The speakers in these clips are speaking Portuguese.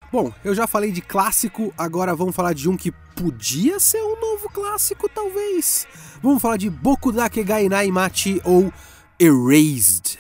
Bom, eu já falei de clássico, agora vamos falar de um que podia ser um novo clássico, talvez. Vamos falar de Boku da Kegainai Machi ou Erased.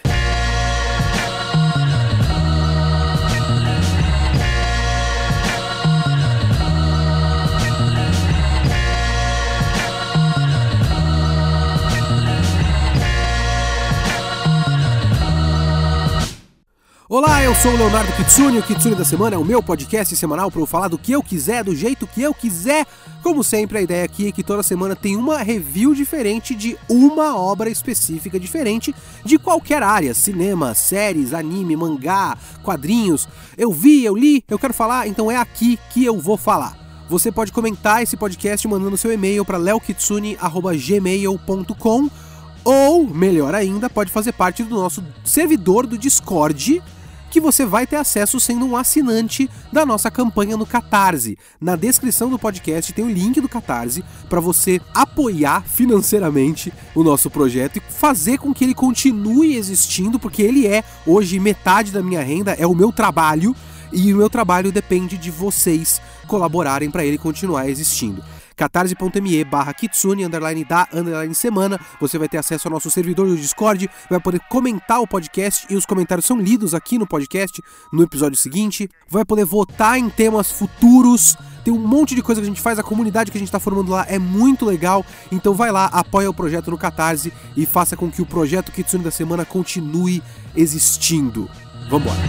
Olá, eu sou o Leonardo Kitsune, o Kitsune da Semana é o meu podcast semanal para eu falar do que eu quiser, do jeito que eu quiser. Como sempre, a ideia aqui é que toda semana tem uma review diferente de uma obra específica diferente de qualquer área, cinema, séries, anime, mangá, quadrinhos. Eu vi, eu li, eu quero falar, então é aqui que eu vou falar. Você pode comentar esse podcast mandando seu e-mail para leokitsune@gmail.com ou, melhor ainda, pode fazer parte do nosso servidor do Discord, que você vai ter acesso sendo um assinante da nossa campanha no Catarse. Na descrição do podcast tem o link do Catarse para você apoiar financeiramente o nosso projeto e fazer com que ele continue existindo, porque ele é, hoje, metade da minha renda, é o meu trabalho, e o meu trabalho depende de vocês colaborarem para ele continuar existindo. catarse.me/kitsune_da_semana. Você vai ter acesso ao nosso servidor do Discord, vai poder comentar o podcast e os comentários são lidos aqui no podcast, no episódio seguinte. Vai poder votar em temas futuros. Tem um monte de coisa que a gente faz, a comunidade que a gente está formando lá é muito legal. Então vai lá, apoia o projeto no Catarse e faça com que o projeto Kitsune da Semana continue existindo. Vambora!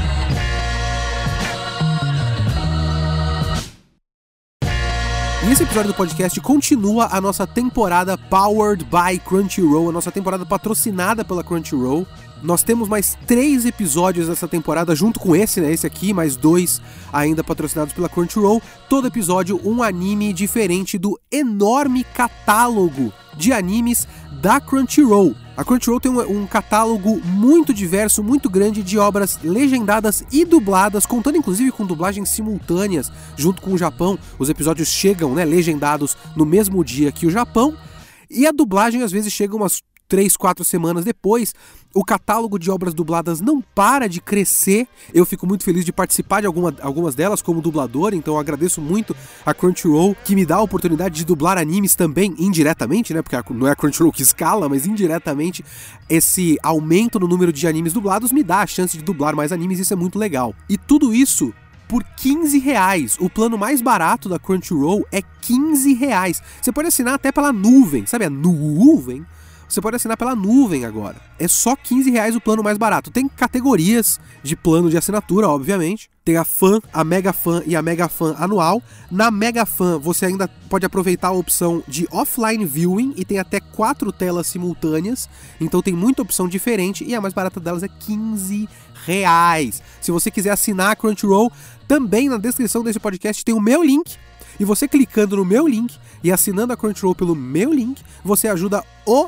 E esse episódio do podcast continua a nossa temporada Powered by Crunchyroll, a nossa temporada patrocinada pela Crunchyroll. Nós temos mais 3 episódios dessa temporada, junto com esse, né? Esse aqui, mais 2 ainda patrocinados pela Crunchyroll. Todo episódio um anime diferente do enorme catálogo de animes da Crunchyroll. A Crunchyroll tem um catálogo muito diverso, muito grande de obras legendadas e dubladas, contando inclusive com dublagens simultâneas junto com o Japão. Os episódios chegam, né, legendados no mesmo dia que o Japão, e a dublagem às vezes chega umas 3, 4 semanas depois. O catálogo de obras dubladas não para de crescer. Eu fico muito feliz de participar de algumas delas como dublador, então eu agradeço muito a Crunchyroll, que me dá a oportunidade de dublar animes também, indiretamente, né? Porque não é a Crunchyroll que escala, mas indiretamente esse aumento no número de animes dublados me dá a chance de dublar mais animes, isso é muito legal. E tudo isso por R$15. O plano mais barato da Crunchyroll é R$15. Você pode assinar até pela nuvem, sabe a nuvem? Você pode assinar pela nuvem agora. É só R$15 o plano mais barato. Tem categorias de plano de assinatura, obviamente. Tem a Fan, a Mega Fan e a Mega Fan anual. Na Mega Fan você ainda pode aproveitar a opção de offline viewing e tem até 4 telas simultâneas. Então tem muita opção diferente e a mais barata delas é R$15. Se você quiser assinar a Crunchyroll, também na descrição desse podcast tem o meu link. E você clicando no meu link e assinando a Crunchyroll pelo meu link, você ajuda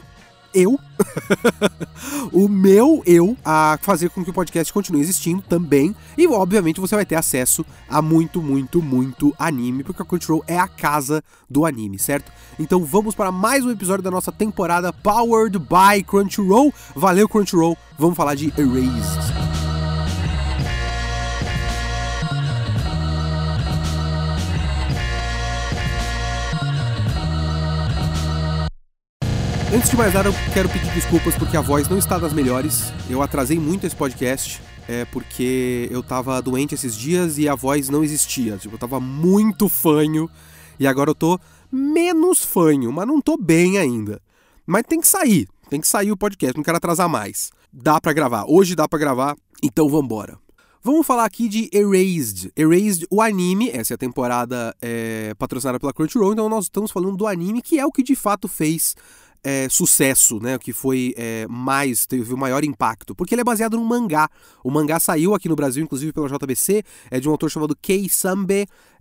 o meu eu a fazer com que o podcast continue existindo também. E obviamente você vai ter acesso a muito anime, porque a Crunchyroll é a casa do anime, certo? Então vamos para mais um episódio da nossa temporada Powered by Crunchyroll. Valeu, Crunchyroll, vamos falar de Erased. Antes de mais nada, eu quero pedir desculpas porque a voz não está das melhores. Eu atrasei muito esse podcast, porque eu tava doente esses dias e a voz não existia. Tipo, eu tava muito fanho e agora eu tô menos fanho, mas não tô bem ainda. Mas tem que sair o podcast, não quero atrasar mais. Dá pra gravar, hoje dá pra gravar, então vambora. Vamos falar aqui de Erased. Erased, o anime, essa é a temporada patrocinada pela Crunchyroll, então nós estamos falando do anime que é o que de fato fez sucesso, né? O que foi teve o maior impacto, porque ele é baseado num mangá. O mangá saiu aqui no Brasil, inclusive pela JBC, é de um autor chamado Kei Sambe.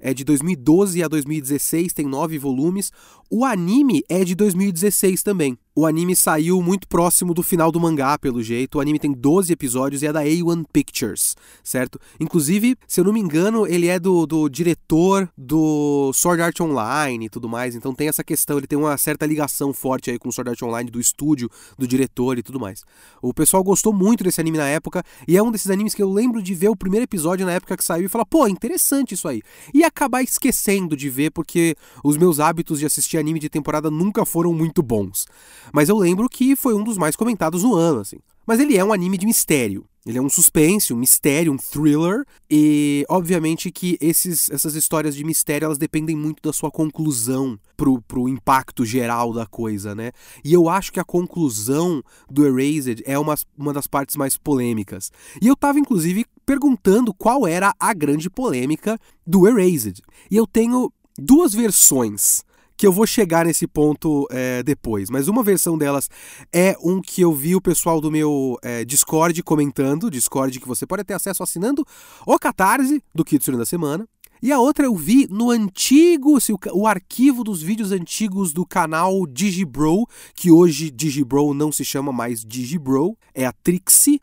é de 2012 a 2016, tem 9 volumes. O anime é de 2016 também. O anime saiu muito próximo do final do mangá, pelo jeito. O anime tem 12 episódios e é da A1 Pictures, certo? Inclusive, se eu não me engano, ele é do diretor do Sword Art Online e tudo mais. Então tem essa questão, ele tem uma certa ligação forte aí com o Sword Art Online, do estúdio, do diretor e tudo mais. O pessoal gostou muito desse anime na época, e é um desses animes que eu lembro de ver o primeiro episódio na época que saiu e falar, pô, interessante isso aí. E acabar esquecendo de ver, porque os meus hábitos de assistir anime de temporada nunca foram muito bons. Mas eu lembro que foi um dos mais comentados no ano, assim. Mas ele é um anime de mistério. Ele é um suspense, um mistério, um thriller. E, obviamente, que essas histórias de mistério, elas dependem muito da sua conclusão pro impacto geral da coisa, né? E eu acho que a conclusão do Erased é uma das partes mais polêmicas. E eu tava, inclusive, perguntando qual era a grande polêmica do Erased. E eu tenho duas versões que eu vou chegar nesse ponto depois. Mas uma versão delas é um que eu vi o pessoal do meu Discord comentando. Discord que você pode ter acesso assinando o Catarse do Kitsune da Semana. E a outra eu vi no antigo, o arquivo dos vídeos antigos do canal Digibro, que hoje Digibro não se chama mais Digibro, é a Trixie,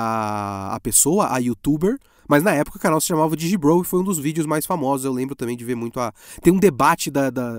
a pessoa, a youtuber. Mas na época o canal se chamava Digibro e foi um dos vídeos mais famosos. Eu lembro também de ver muito tem um debate da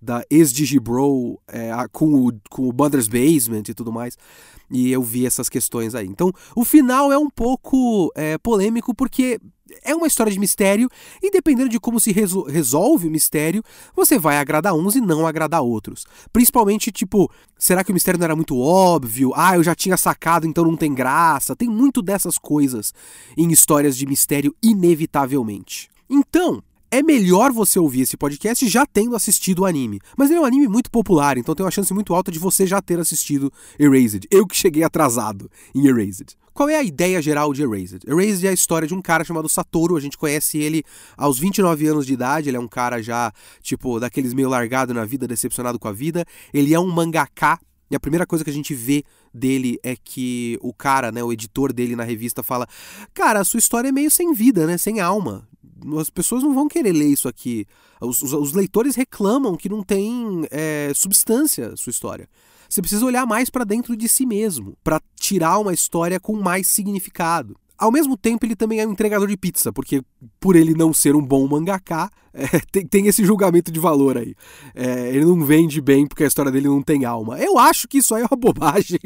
ex-Digibro com o Mother's Basement e tudo mais. E eu vi essas questões aí. Então, o final é um pouco polêmico porque é uma história de mistério e dependendo de como se resolve o mistério, você vai agradar uns e não agradar outros. Principalmente, tipo, será que o mistério não era muito óbvio? Ah, eu já tinha sacado, então não tem graça. Tem muito dessas coisas em histórias de mistério, inevitavelmente. Então, é melhor você ouvir esse podcast já tendo assistido o anime. Mas ele é um anime muito popular, então tem uma chance muito alta de você já ter assistido Erased. Eu que cheguei atrasado em Erased. Qual é a ideia geral de Erased? Erased é a história de um cara chamado Satoru. A gente conhece ele aos 29 anos de idade. Ele é um cara já, tipo, daqueles meio largado na vida, decepcionado com a vida. Ele é um mangaka. E a primeira coisa que a gente vê dele é que o cara, né, o editor dele na revista fala: cara, a sua história é meio sem vida, né, sem alma. As pessoas não vão querer ler isso aqui. Os leitores reclamam que não tem substância a sua história. Você precisa olhar mais pra dentro de si mesmo, pra tirar uma história com mais significado. Ao mesmo tempo, ele também é um entregador de pizza, porque por ele não ser um bom mangaka, tem esse julgamento de valor aí. Ele não vende bem porque a história dele não tem alma. Eu acho que isso aí é uma bobagem.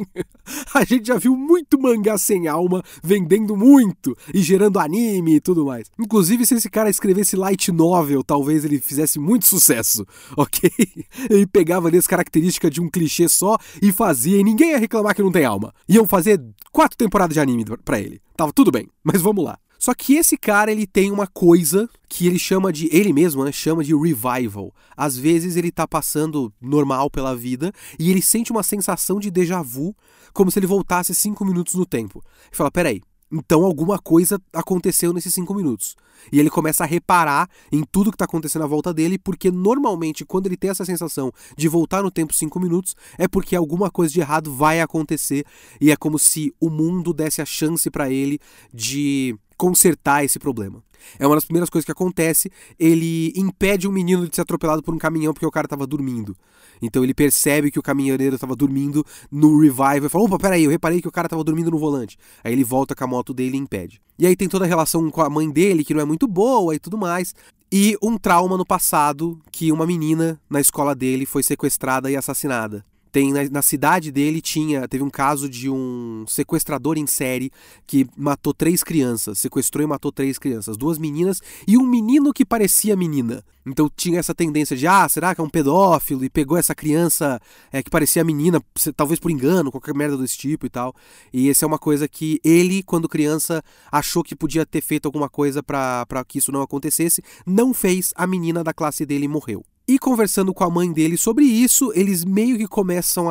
A gente já viu muito mangá sem alma, vendendo muito e gerando anime e tudo mais. Inclusive, se esse cara escrevesse light novel, talvez ele fizesse muito sucesso, ok? Ele pegava ali as características de um clichê só e fazia, e ninguém ia reclamar que não tem alma. Iam fazer 4 temporadas de anime pra ele. Tava tudo bem, mas vamos lá. Só que esse cara, ele tem uma coisa que ele chama de, ele mesmo, né, chama de revival. Às vezes ele tá passando normal pela vida e ele sente uma sensação de déjà vu, como se ele voltasse 5 minutos no tempo. E fala, peraí, então alguma coisa aconteceu nesses 5 minutos. E ele começa a reparar em tudo que está acontecendo à volta dele, porque normalmente quando ele tem essa sensação de voltar no tempo 5 minutos, é porque alguma coisa de errado vai acontecer e é como se o mundo desse a chance para ele de consertar esse problema. É uma das primeiras coisas que acontece, ele impede um menino de ser atropelado por um caminhão porque o cara estava dormindo. Então ele percebe que o caminhoneiro estava dormindo no revival e fala, opa, peraí, eu reparei que o cara estava dormindo no volante. Aí ele volta com a moto dele e impede. E aí tem toda a relação com a mãe dele, que não é muito boa e tudo mais. E um trauma no passado, que uma menina na escola dele foi sequestrada e assassinada. Na cidade dele teve um caso de um sequestrador em série que matou 3 crianças, sequestrou e matou 3 crianças, 2 meninas e um menino que parecia menina. Então tinha essa tendência de, será que é um pedófilo e pegou essa criança que parecia menina, talvez por engano, qualquer merda desse tipo e tal. E essa é uma coisa que ele, quando criança, achou que podia ter feito alguma coisa pra que isso não acontecesse, não fez, a menina da classe dele morreu. E conversando com a mãe dele sobre isso, eles meio que começam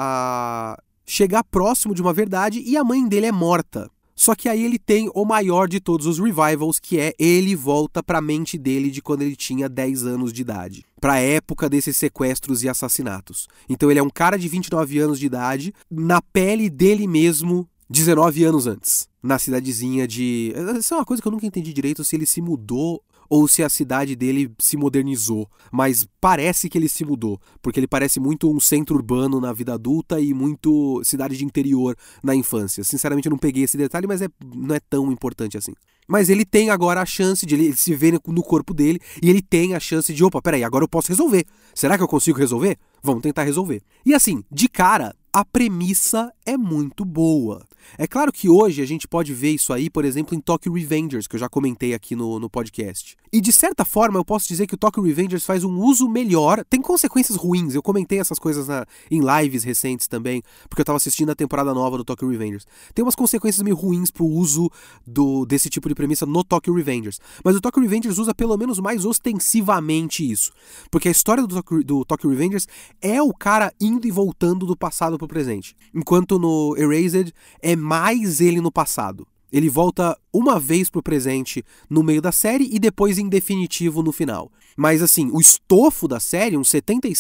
a chegar próximo de uma verdade e a mãe dele é morta. Só que aí ele tem o maior de todos os revivals, que é ele volta pra mente dele de quando ele tinha 10 anos de idade. Pra época desses sequestros e assassinatos. Então ele é um cara de 29 anos de idade, na pele dele mesmo, 19 anos antes. Na cidadezinha de... Essa é uma coisa que eu nunca entendi direito, se ele se mudou ou se a cidade dele se modernizou, mas parece que ele se mudou, porque ele parece muito um centro urbano na vida adulta e muito cidade de interior na infância. Sinceramente eu não peguei esse detalhe, mas não é tão importante assim. Mas ele tem agora a chance de ele se ver no corpo dele e ele tem a chance de, opa, peraí, agora eu posso resolver. Será que eu consigo resolver? Vamos tentar resolver. E assim, de cara, a premissa é muito boa. É claro que hoje a gente pode ver isso aí, por exemplo, em Tokyo Revengers, que eu já comentei aqui no podcast. E de certa forma eu posso dizer que o Tokyo Revengers faz um uso melhor. Tem consequências ruins, eu comentei essas coisas em lives recentes também, porque eu tava assistindo a temporada nova do Tokyo Revengers. Tem umas consequências meio ruins pro uso desse tipo de premissa no Tokyo Revengers. Mas o Tokyo Revengers usa pelo menos mais ostensivamente isso. Porque a história do Tokyo Revengers é o cara indo e voltando do passado pro presente. Enquanto no Erased é mais ele no passado. Ele volta uma vez pro presente no meio da série e depois em definitivo no final. Mas assim, o estofo da série, uns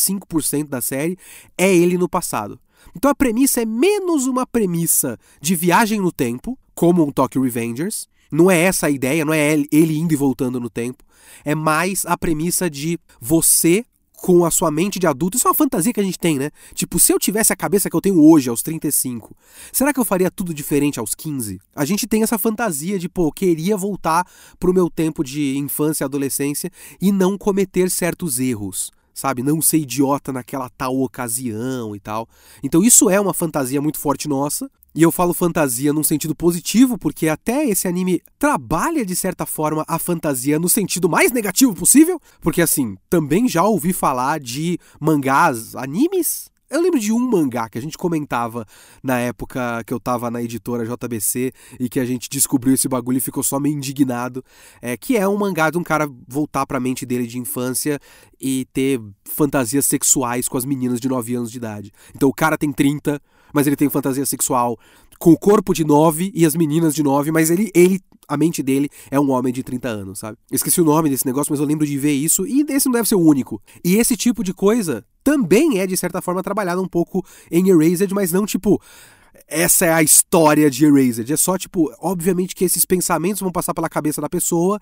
75% da série, é ele no passado. Então a premissa é menos uma premissa de viagem no tempo, como um Tokyo Revengers. Não é essa a ideia, não é ele indo e voltando no tempo. É mais a premissa de você com a sua mente de adulto. Isso é uma fantasia que a gente tem, né? Tipo, se eu tivesse a cabeça que eu tenho hoje, aos 35, será que eu faria tudo diferente aos 15? A gente tem essa fantasia de, pô, eu queria voltar pro meu tempo de infância e adolescência e não cometer certos erros, sabe? Não ser idiota naquela tal ocasião e tal. Então isso é uma fantasia muito forte nossa. E eu falo fantasia num sentido positivo, porque até esse anime trabalha, de certa forma, a fantasia no sentido mais negativo possível. Porque, assim, também já ouvi falar de mangás, animes. Eu lembro de um mangá que a gente comentava na época que eu tava na editora JBC e que a gente descobriu esse bagulho e ficou só meio indignado. Que é um mangá de um cara voltar pra mente dele de infância e ter fantasias sexuais com as meninas de 9 anos de idade. Então o cara tem 30... mas ele tem fantasia sexual com o corpo de 9 e as meninas de 9, mas a mente dele é um homem de 30 anos, sabe? Eu esqueci o nome desse negócio, mas eu lembro de ver isso, e esse não deve ser o único. E esse tipo de coisa também é, de certa forma, trabalhado um pouco em Erased, mas não tipo... essa é a história de Erased. É só, tipo, obviamente que esses pensamentos vão passar pela cabeça da pessoa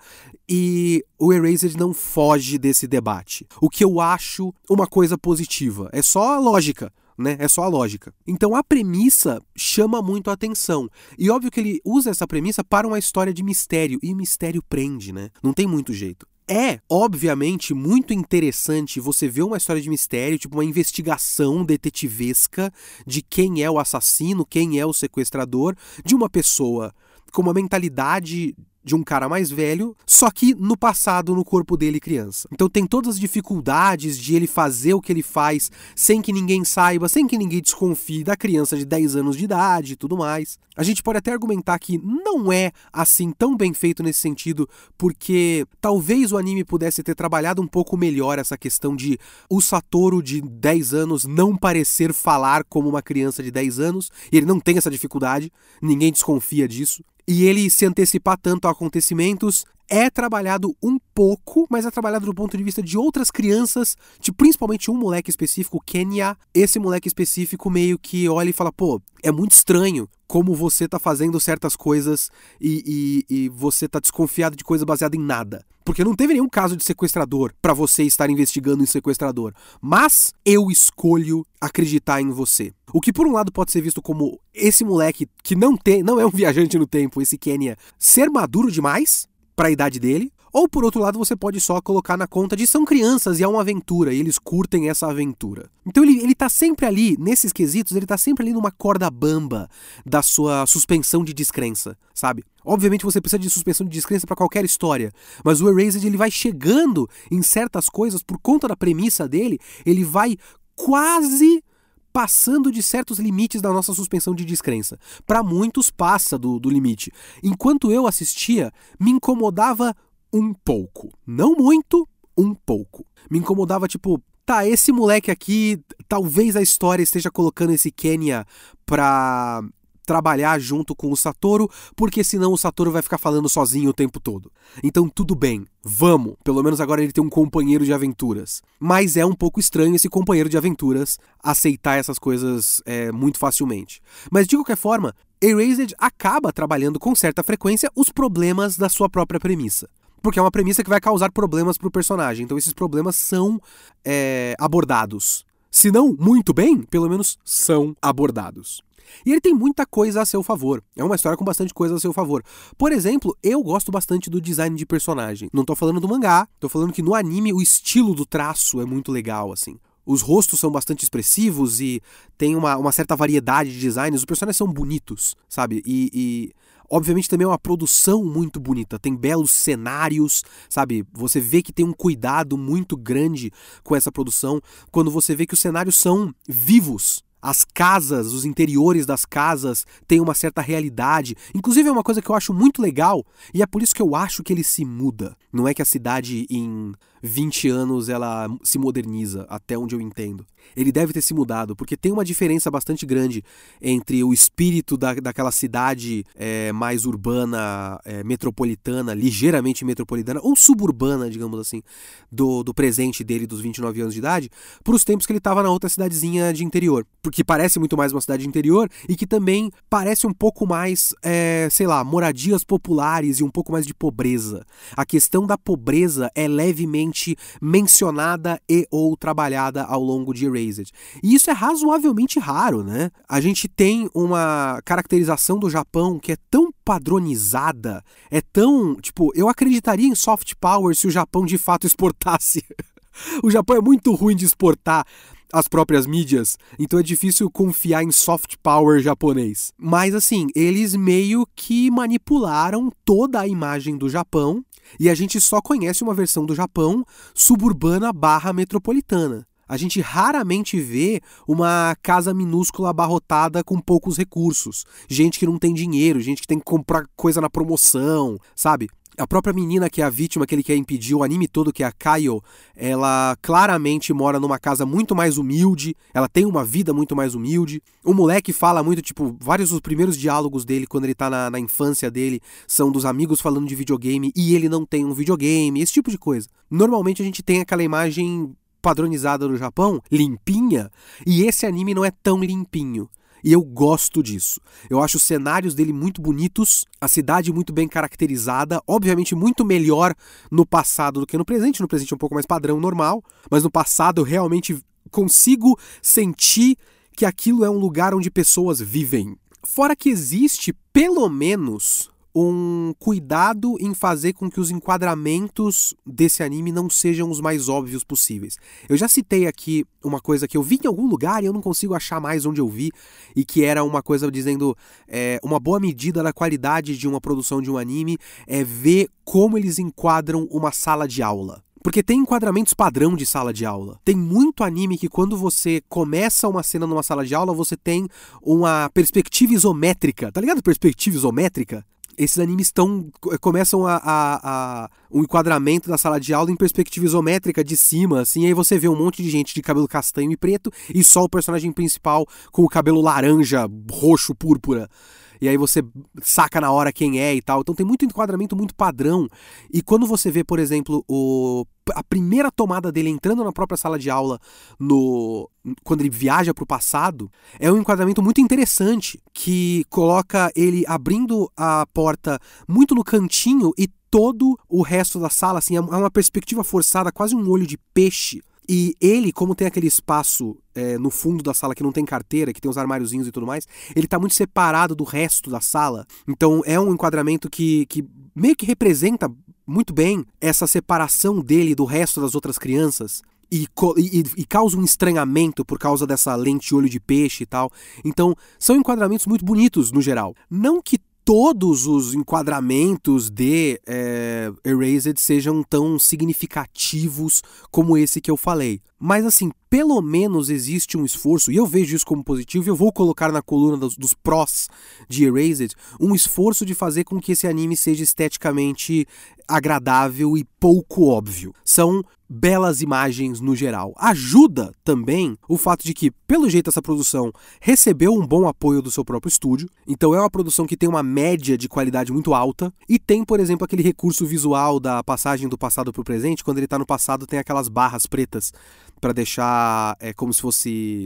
e o Erased não foge desse debate. O que eu acho uma coisa positiva. É só a lógica. Né? É só a lógica. Então a premissa chama muito a atenção. E óbvio que ele usa essa premissa para uma história de mistério. E mistério prende, né? Não tem muito jeito. É, obviamente, muito interessante você ver uma história de mistério, tipo uma investigação detetivesca de quem é o assassino, quem é o sequestrador, de uma pessoa com uma mentalidade de um cara mais velho, só que no passado, no corpo dele criança. Então tem todas as dificuldades de ele fazer o que ele faz sem que ninguém saiba, sem que ninguém desconfie da criança de 10 anos de idade e tudo mais. A gente pode até argumentar que não é assim tão bem feito nesse sentido, porque talvez o anime pudesse ter trabalhado um pouco melhor essa questão de o Satoru de 10 anos não parecer falar como uma criança de 10 anos, e ele não tem essa dificuldade, ninguém desconfia disso. E ele se antecipar tanto a acontecimentos é trabalhado um pouco, mas é trabalhado do ponto de vista de outras crianças, de principalmente um moleque específico, o Kenya. Esse moleque específico meio que olha e fala, pô, é muito estranho como você tá fazendo certas coisas e você tá desconfiado de coisa baseada em nada. Porque não teve nenhum caso de sequestrador pra você estar investigando um sequestrador. Mas eu escolho acreditar em você. O que por um lado pode ser visto como esse moleque que não é um viajante no tempo, esse Kenya, ser maduro demais para a idade dele. Ou por outro lado você pode só colocar na conta de são crianças e é uma aventura, e eles curtem essa aventura. Então ele tá sempre ali, nesses quesitos, ele tá sempre ali numa corda bamba da sua suspensão de descrença, sabe? Obviamente você precisa de suspensão de descrença para qualquer história, mas o Erased ele vai chegando em certas coisas por conta da premissa dele, ele vai quase passando de certos limites da nossa suspensão de descrença. Para muitos passa do limite. Enquanto eu assistia, me incomodava um pouco. Não muito, um pouco. Me incomodava, tipo, tá, esse moleque aqui, talvez a história esteja colocando esse Kenya pra trabalhar junto com o Satoru, porque senão o Satoru vai ficar falando sozinho o tempo todo. Então tudo bem, vamos. Pelo menos agora ele tem um companheiro de aventuras. Mas é um pouco estranho esse companheiro de aventuras aceitar essas coisas muito facilmente. Mas de qualquer forma, Erased acaba trabalhando com certa frequência os problemas da sua própria premissa. Porque é uma premissa que vai causar problemas pro personagem. Então esses problemas são abordados. Se não muito bem, pelo menos são abordados. E ele tem muita coisa a seu favor. É uma história com bastante coisa a seu favor. Por exemplo, eu gosto bastante do design de personagem. Não tô falando do mangá, tô falando que no anime o estilo do traço é muito legal, assim. Os rostos são bastante expressivos e tem uma certa variedade de designs. Os personagens são bonitos, sabe? E obviamente também é uma produção muito bonita. Tem belos cenários, sabe? Você vê que tem um cuidado muito grande com essa produção. Quando você vê que os cenários são vivos. As casas, os interiores das casas têm uma certa realidade. Inclusive é uma coisa que eu acho muito legal e é por isso que eu acho que ele se muda. Não é que a cidade em 20 anos ela se moderniza, até onde eu entendo. Ele deve ter se mudado, porque tem uma diferença bastante grande entre o espírito daquela cidade mais urbana, metropolitana, ligeiramente metropolitana, ou suburbana, digamos assim, do presente dele, dos 29 anos de idade, para os tempos que ele estava na outra cidadezinha de interior. Porque parece muito mais uma cidade de interior e que também parece um pouco mais, moradias populares e um pouco mais de pobreza. A questão da pobreza é levemente mencionada e ou trabalhada ao longo de Erased. E isso é razoavelmente raro, né? A gente tem uma caracterização do Japão que é tão padronizada, é tão, eu acreditaria em soft power se o Japão de fato exportasse. O Japão é muito ruim de exportar as próprias mídias, então é difícil confiar em soft power japonês. Mas assim, eles meio que manipularam toda a imagem do Japão e a gente só conhece uma versão do Japão suburbana / metropolitana. A gente raramente vê uma casa minúscula abarrotada com poucos recursos. Gente que não tem dinheiro, gente que tem que comprar coisa na promoção, sabe? A própria menina que é a vítima que ele quer impedir, o anime todo, que é a Kaio, ela claramente mora numa casa muito mais humilde, ela tem uma vida muito mais humilde. O moleque fala muito, vários dos primeiros diálogos dele, quando ele tá na infância dele, são dos amigos falando de videogame e ele não tem um videogame, esse tipo de coisa. Normalmente a gente tem aquela imagem padronizada do Japão, limpinha, e esse anime não é tão limpinho. E eu gosto disso. Eu acho os cenários dele muito bonitos, a cidade muito bem caracterizada, obviamente muito melhor no passado do que no presente. No presente é um pouco mais padrão, normal, mas no passado eu realmente consigo sentir que aquilo é um lugar onde pessoas vivem. Fora que existe, pelo menos, um cuidado em fazer com que os enquadramentos desse anime não sejam os mais óbvios possíveis. Eu já citei aqui uma coisa que eu vi em algum lugar e eu não consigo achar mais onde eu vi, e que era uma coisa dizendo uma boa medida da qualidade de uma produção de um anime é ver como eles enquadram uma sala de aula. Porque tem enquadramentos padrão de sala de aula. Tem muito anime que quando você começa uma cena numa sala de aula, você tem uma perspectiva isométrica. Tá ligado? Perspectiva isométrica? Esses animes começam um enquadramento da sala de aula em perspectiva isométrica de cima, assim, aí você vê um monte de gente de cabelo castanho e preto e só o personagem principal com o cabelo laranja, roxo, púrpura. E aí você saca na hora quem é e tal. Então tem muito enquadramento muito padrão. E quando você vê, por exemplo, a primeira tomada dele entrando na própria sala de aula, quando ele viaja pro passado, é um enquadramento muito interessante, que coloca ele abrindo a porta muito no cantinho e todo o resto da sala, assim, é uma perspectiva forçada, quase um olho de peixe. E ele, como tem aquele espaço no fundo da sala que não tem carteira, que tem os armáriozinhos e tudo mais, ele tá muito separado do resto da sala. Então é um enquadramento que meio que representa muito bem essa separação dele do resto das outras crianças. E causa um estranhamento por causa dessa lente olho de peixe e tal. Então são enquadramentos muito bonitos no geral. Não que todos os enquadramentos de Erased sejam tão significativos como esse que eu falei. Mas assim, pelo menos existe um esforço, e eu vejo isso como positivo, e eu vou colocar na coluna dos prós de Erased, um esforço de fazer com que esse anime seja esteticamente agradável e pouco óbvio. São belas imagens no geral. Ajuda também o fato de que, pelo jeito, essa produção recebeu um bom apoio do seu próprio estúdio. Então é uma produção que tem uma média de qualidade muito alta. E tem, por exemplo, aquele recurso visual da passagem do passado para o presente. Quando ele está no passado, tem aquelas barras pretas para deixar como se fosse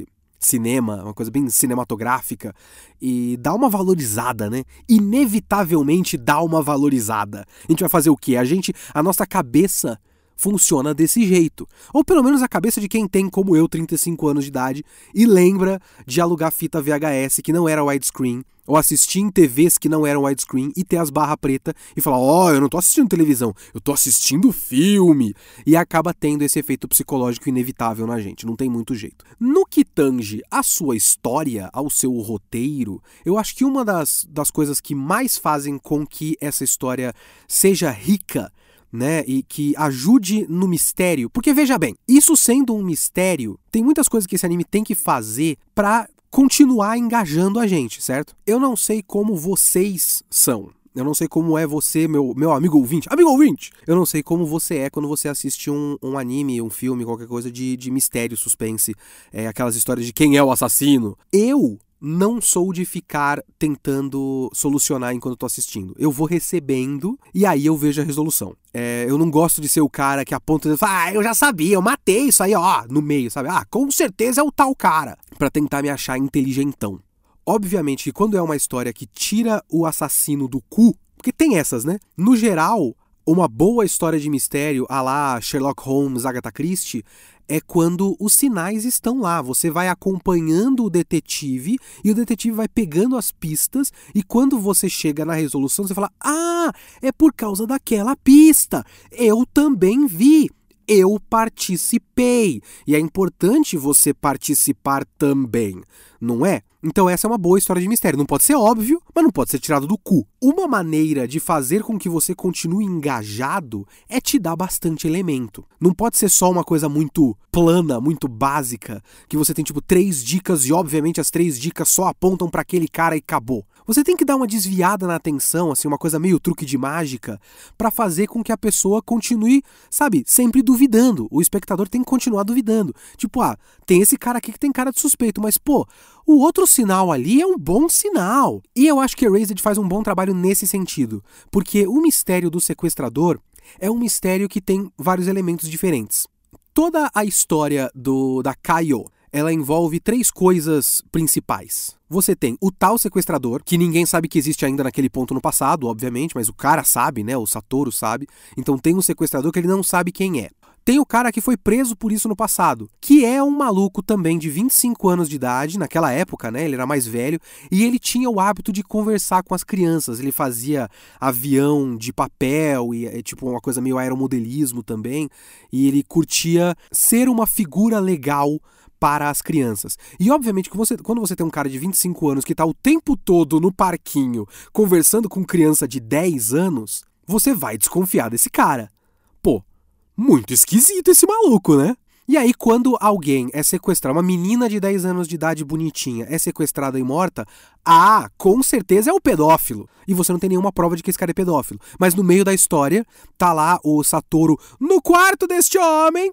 cinema, uma coisa bem cinematográfica, e dá uma valorizada, né? Inevitavelmente dá uma valorizada. A gente vai fazer o quê? A nossa cabeça funciona desse jeito. Ou pelo menos a cabeça de quem tem, como eu, 35 anos de idade e lembra de alugar fita VHS que não era widescreen, ou assistir em TVs que não eram widescreen e ter as barras pretas e falar, eu não tô assistindo televisão, eu tô assistindo filme. E acaba tendo esse efeito psicológico inevitável na gente, não tem muito jeito. No que tange a sua história, ao seu roteiro, eu acho que uma das coisas que mais fazem com que essa história seja rica, né, e que ajude no mistério, porque veja bem, isso sendo um mistério, tem muitas coisas que esse anime tem que fazer pra continuar engajando a gente, certo? Eu não sei como vocês são. Eu não sei como é você, meu amigo ouvinte. Amigo ouvinte! Eu não sei como você é quando você assiste um anime, um filme, qualquer coisa de mistério, suspense. Aquelas histórias de quem é o assassino. Eu não sou de ficar tentando solucionar enquanto eu tô assistindo. Eu vou recebendo e aí eu vejo a resolução. Eu não gosto de ser o cara que aponta e fala, eu já sabia, eu matei isso aí, ó, no meio, sabe? Com certeza é o tal cara. Pra tentar me achar inteligentão. Obviamente que quando é uma história que tira o assassino do cu, porque tem essas, né? No geral, uma boa história de mistério, à la Sherlock Holmes, Agatha Christie, é quando os sinais estão lá. Você vai acompanhando o detetive e o detetive vai pegando as pistas e quando você chega na resolução, você fala, é por causa daquela pista. Eu também vi. Eu participei. E é importante você participar também, não é? Então essa é uma boa história de mistério. Não pode ser óbvio, mas não pode ser tirado do cu. Uma maneira de fazer com que você continue engajado é te dar bastante elemento. Não pode ser só uma coisa muito plana, muito básica, que você tem tipo 3 dicas e obviamente as 3 dicas só apontam pra aquele cara e acabou. Você tem que dar uma desviada na atenção, assim, uma coisa meio truque de mágica, pra fazer com que a pessoa continue, sabe, sempre duvidando. O espectador tem que continuar duvidando. Tipo, tem esse cara aqui que tem cara de suspeito, mas, pô, o outro sinal ali é um bom sinal. E eu acho que Erased faz um bom trabalho nesse sentido, porque o mistério do sequestrador é um mistério que tem vários elementos diferentes. Toda a história da Kaio, ela envolve 3 coisas principais. Você tem o tal sequestrador, que ninguém sabe que existe ainda naquele ponto no passado, obviamente, mas o cara sabe, né? O Satoru sabe. Então tem um sequestrador que ele não sabe quem é. Tem o cara que foi preso por isso no passado, que é um maluco também de 25 anos de idade, naquela época, né? Ele era mais velho, e ele tinha o hábito de conversar com as crianças. Ele fazia avião de papel, e tipo uma coisa meio aeromodelismo também, e ele curtia ser uma figura legal para as crianças. E obviamente que quando você tem um cara de 25 anos que tá o tempo todo no parquinho conversando com criança de 10 anos, você vai desconfiar desse cara. Pô, muito esquisito esse maluco, né? E aí quando alguém é sequestrado, uma menina de 10 anos de idade bonitinha é sequestrada e morta, com certeza é o pedófilo. E você não tem nenhuma prova de que esse cara é pedófilo. Mas no meio da história, tá lá o Satoru no quarto deste homem...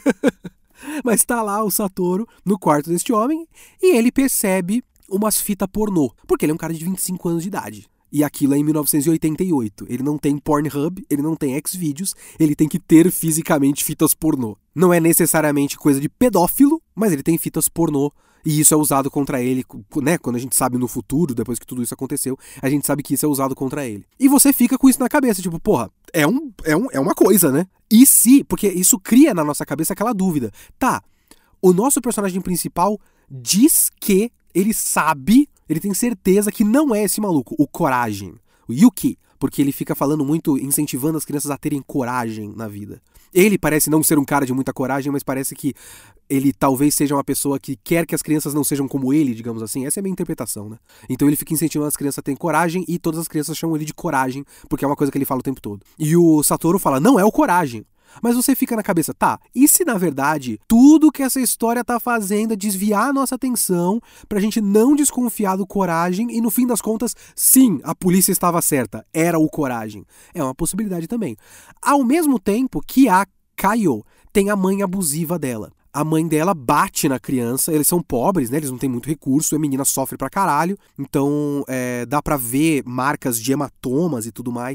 Mas tá lá o Satoru no quarto deste homem e ele percebe umas fitas pornô, porque ele é um cara de 25 anos de idade. E aquilo é em 1988. Ele não tem Pornhub, ele não tem Xvideos, ele tem que ter fisicamente fitas pornô. Não é necessariamente coisa de pedófilo, mas ele tem fitas pornô. E isso é usado contra ele, né? Quando a gente sabe no futuro, depois que tudo isso aconteceu, a gente sabe que isso é usado contra ele. E você fica com isso na cabeça, tipo, porra, é uma coisa, né? E se, porque isso cria na nossa cabeça aquela dúvida. Tá, o nosso personagem principal diz que ele sabe, ele tem certeza que não é esse maluco, o Coragem, o Yuki, porque ele fica falando muito, incentivando as crianças a terem coragem na vida. Ele parece não ser um cara de muita coragem, mas parece que ele talvez seja uma pessoa que quer que as crianças não sejam como ele, digamos assim. Essa é a minha interpretação, né? Então ele fica incentivando as crianças a terem coragem e todas as crianças chamam ele de Coragem, porque é uma coisa que ele fala o tempo todo. E o Satoru fala, não é o Coragem. Mas você fica na cabeça, tá, e se na verdade tudo que essa história tá fazendo é desviar a nossa atenção pra gente não desconfiar do Coragem e no fim das contas, sim, a polícia estava certa, era o Coragem. É uma possibilidade também. Ao mesmo tempo que a Kaio tem a mãe abusiva dela. A mãe dela bate na criança, eles são pobres, né? Eles não têm muito recurso, a menina sofre pra caralho, então dá pra ver marcas de hematomas e tudo mais.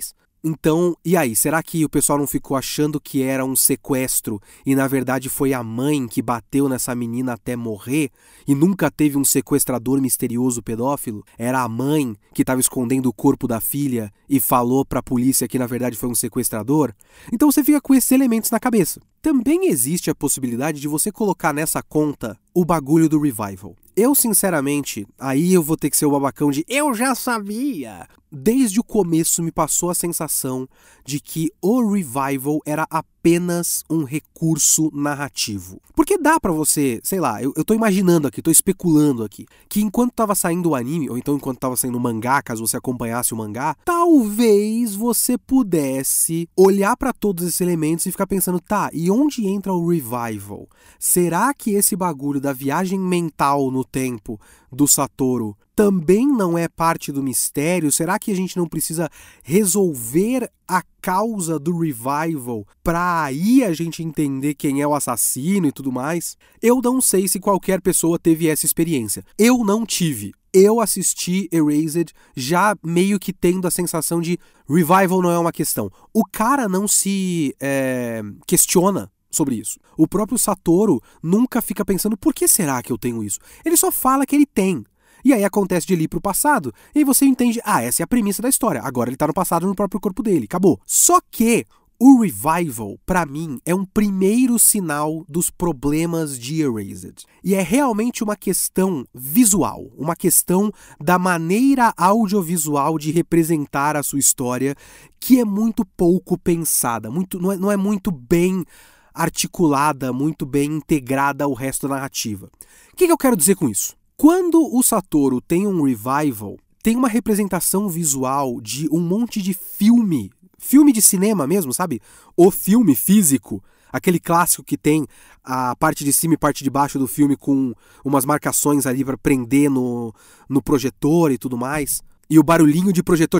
Então, e aí, será que o pessoal não ficou achando que era um sequestro e na verdade foi a mãe que bateu nessa menina até morrer e nunca teve um sequestrador misterioso pedófilo? Era a mãe que estava escondendo o corpo da filha e falou pra polícia que na verdade foi um sequestrador? Então você fica com esses elementos na cabeça. Também existe a possibilidade de você colocar nessa conta o bagulho do revival. Eu, sinceramente, aí eu vou ter que ser o babacão de eu já sabia. Desde o começo me passou a sensação de que o revival era apenas um recurso narrativo. Porque dá pra você, sei lá, eu tô imaginando aqui, tô especulando aqui, que enquanto tava saindo o anime, ou então enquanto tava saindo o mangá, caso você acompanhasse o mangá, talvez você pudesse olhar pra todos esses elementos e ficar pensando, tá, e onde entra o revival? Será que esse bagulho da viagem mental no tempo do Satoru também não é parte do mistério? Será que a gente não precisa resolver a causa do revival pra aí a gente entender quem é o assassino e tudo mais? Eu não sei se qualquer pessoa teve essa experiência. Eu não tive. Eu assisti Erased já meio que tendo a sensação de revival não é uma questão. O cara não se questiona sobre isso. O próprio Satoru nunca fica pensando por que será que eu tenho isso? Ele só fala que ele tem. E aí acontece de ele ir pro passado, e aí você entende, essa é a premissa da história. Agora ele tá no passado, no próprio corpo dele. Acabou. Só que o revival, pra mim, é um primeiro sinal dos problemas de Erased. E é realmente uma questão visual, uma questão da maneira audiovisual de representar a sua história, que é muito pouco pensada, não é muito bem articulada, muito bem integrada ao resto da narrativa. O que eu quero dizer com isso? Quando o Satoru tem um revival, tem uma representação visual de um monte de filme de cinema mesmo, sabe? O filme físico, aquele clássico que tem a parte de cima e parte de baixo do filme com umas marcações ali para prender no projetor e tudo mais, e o barulhinho de projetor,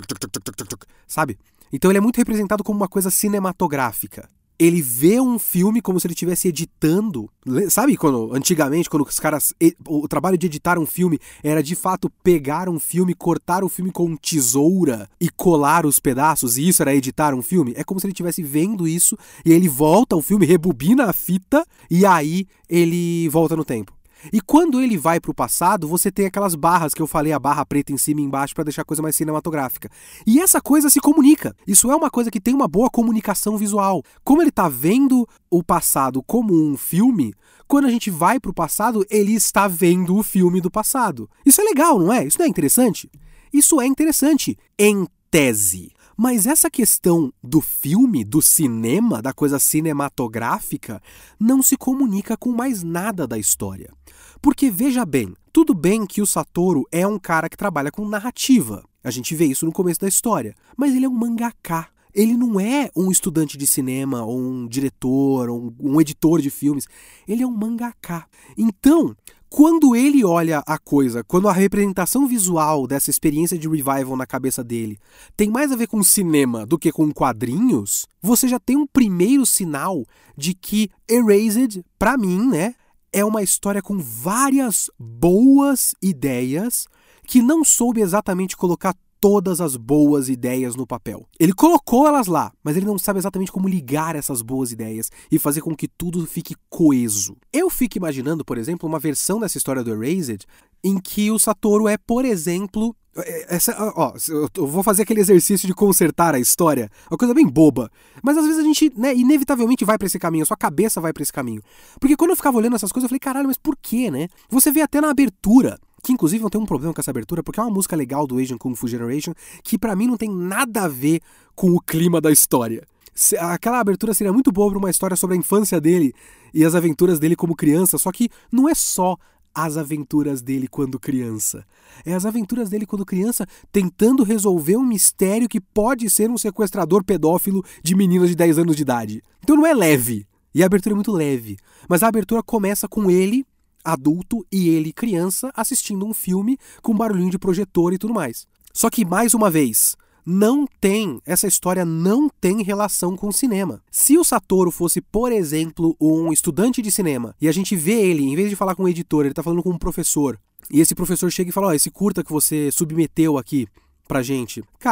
sabe? Então ele é muito representado como uma coisa cinematográfica. Ele vê um filme como se ele estivesse editando. Sabe antigamente, quando os caras... O trabalho de editar um filme era, de fato, pegar um filme, cortar o filme com tesoura e colar os pedaços, e isso era editar um filme? É como se ele estivesse vendo isso, e ele volta ao filme, rebobina a fita, e aí ele volta no tempo. E quando ele vai pro passado, você tem aquelas barras que eu falei, a barra preta em cima e embaixo pra deixar a coisa mais cinematográfica. E essa coisa se comunica. Isso é uma coisa que tem uma boa comunicação visual. Como ele tá vendo o passado como um filme, quando a gente vai pro passado, ele está vendo o filme do passado. Isso é legal, não é? Isso não é interessante? Isso é interessante, em tese. Mas essa questão do filme, do cinema, da coisa cinematográfica, não se comunica com mais nada da história. Porque, veja bem, tudo bem que o Satoru é um cara que trabalha com narrativa. A gente vê isso no começo da história. Mas ele é um mangaka. Ele não é um estudante de cinema, ou um diretor, ou um editor de filmes. Ele é um mangaka. Então, quando ele olha a coisa, quando a representação visual dessa experiência de revival na cabeça dele tem mais a ver com cinema do que com quadrinhos, você já tem um primeiro sinal de que Erased, pra mim, né, é uma história com várias boas ideias que não soube exatamente colocar todas as boas ideias no papel. Ele colocou elas lá, mas ele não sabe exatamente como ligar essas boas ideias e fazer com que tudo fique coeso. Eu fico imaginando, por exemplo, uma versão dessa história do Erased em que o Satoru é, por exemplo... eu vou fazer aquele exercício de consertar a história, uma coisa bem boba, mas às vezes a gente, né, inevitavelmente vai pra esse caminho, a sua cabeça vai pra esse caminho. Porque quando eu ficava olhando essas coisas, eu falei, caralho, mas por quê, né? Você vê até na abertura, que inclusive não tem um problema com essa abertura, porque é uma música legal do Asian Kung Fu Generation, que pra mim não tem nada a ver com o clima da história. Aquela abertura seria muito boa pra uma história sobre a infância dele e as aventuras dele como criança, só que não é só as aventuras dele quando criança. É as aventuras dele quando criança tentando resolver um mistério que pode ser um sequestrador pedófilo de meninas de 10 anos de idade. Então não é leve. E a abertura é muito leve. Mas a abertura começa com ele, adulto, e ele, criança, assistindo um filme com barulhinho de projetor e tudo mais. Só que, mais uma vez, essa história não tem relação com o cinema. Se o Satoru fosse, por exemplo, um estudante de cinema, e a gente vê ele, em vez de falar com o editor, ele tá falando com um professor, e esse professor chega e fala, esse curta que você submeteu aqui pra gente, cara,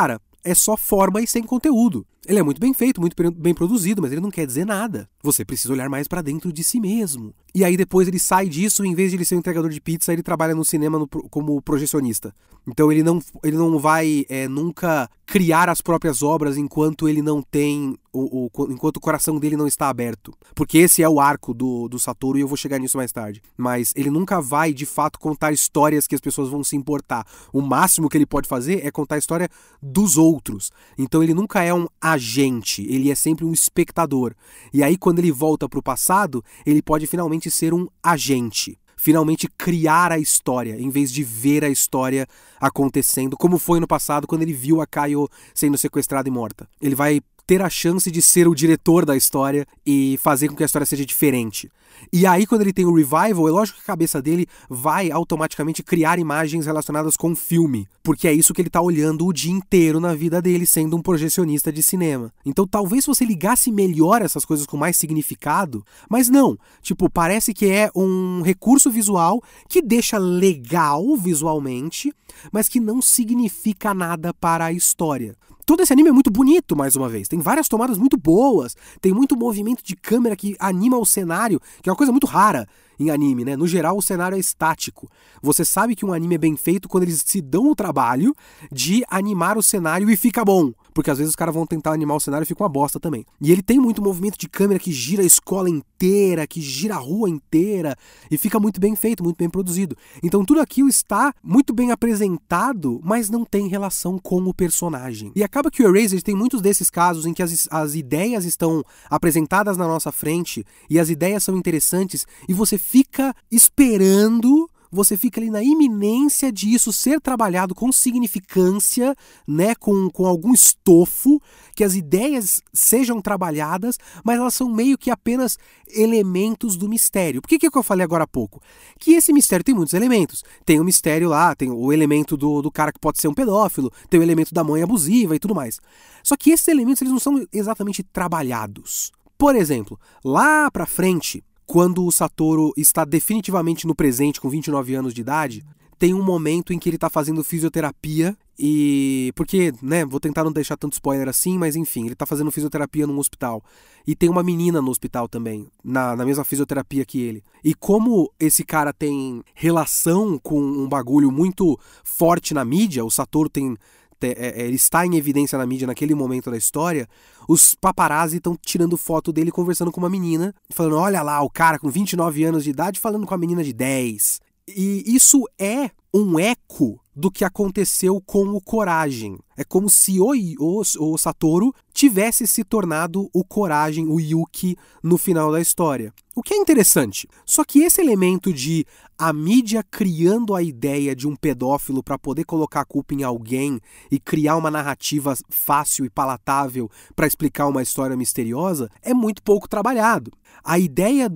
é só forma e sem conteúdo. Ele é muito bem feito, muito bem produzido, mas ele não quer dizer nada. Você precisa olhar mais pra dentro de si mesmo. E aí depois ele sai disso, em vez de ele ser um entregador de pizza, ele trabalha no cinema como projecionista. Então ele não vai nunca criar as próprias obras enquanto ele não tem, enquanto o coração dele não está aberto. Porque esse é o arco do Satoru e eu vou chegar nisso mais tarde. Mas ele nunca vai, de fato, contar histórias que as pessoas vão se importar. O máximo que ele pode fazer é contar a história dos outros. Então ele nunca é um agente, ele é sempre um espectador. E aí quando ele volta pro passado, ele pode finalmente ser um agente. Finalmente criar a história, em vez de ver a história acontecendo, como foi no passado quando ele viu a Kaio sendo sequestrada e morta. Ele vai ter a chance de ser o diretor da história e fazer com que a história seja diferente. E aí, quando ele tem o revival, é lógico que a cabeça dele vai automaticamente criar imagens relacionadas com o filme, porque é isso que ele tá olhando o dia inteiro na vida dele, sendo um projecionista de cinema. Então, talvez você ligasse melhor essas coisas com mais significado, mas não. Tipo, parece que é um recurso visual que deixa legal visualmente, mas que não significa nada para a história. Todo esse anime é muito bonito, mais uma vez. Tem várias tomadas muito boas, tem muito movimento de câmera que anima o cenário, que é uma coisa muito rara em anime, né? No geral, o cenário é estático. Você sabe que um anime é bem feito quando eles se dão o trabalho de animar o cenário e fica bom. Porque às vezes os caras vão tentar animar o cenário e fica uma bosta também. E ele tem muito movimento de câmera que gira a escola inteira, que gira a rua inteira, e fica muito bem feito, muito bem produzido. Então tudo aquilo está muito bem apresentado, mas não tem relação com o personagem. E acaba que o Erased tem muitos desses casos em que as ideias estão apresentadas na nossa frente, e as ideias são interessantes, e você fica esperando... Você fica ali na iminência de isso ser trabalhado com significância, né, com algum estofo, que as ideias sejam trabalhadas, mas elas são meio que apenas elementos do mistério. Por que eu falei agora há pouco? Que esse mistério tem muitos elementos. Tem o mistério lá, tem o elemento do cara que pode ser um pedófilo, tem o elemento da mãe abusiva e tudo mais. Só que esses elementos eles não são exatamente trabalhados. Por exemplo, lá pra frente... Quando o Satoru está definitivamente no presente, com 29 anos de idade, tem um momento em que ele está fazendo fisioterapia e... Porque, né, vou tentar não deixar tanto spoiler assim, mas enfim, ele está fazendo fisioterapia num hospital. E tem uma menina no hospital também, na mesma fisioterapia que ele. E como esse cara tem relação com um bagulho muito forte na mídia, o Satoru ele está em evidência na mídia naquele momento da história, os paparazzi estão tirando foto dele conversando com uma menina, falando, olha lá, o cara com 29 anos de idade falando com a menina de 10. E isso é um eco do que aconteceu com o Coragem. É como se o Satoru tivesse se tornado o Coragem, o Yuki, no final da história. O que é interessante. Só que esse elemento de a mídia criando a ideia de um pedófilo para poder colocar a culpa em alguém e criar uma narrativa fácil e palatável para explicar uma história misteriosa é muito pouco trabalhado. A ideia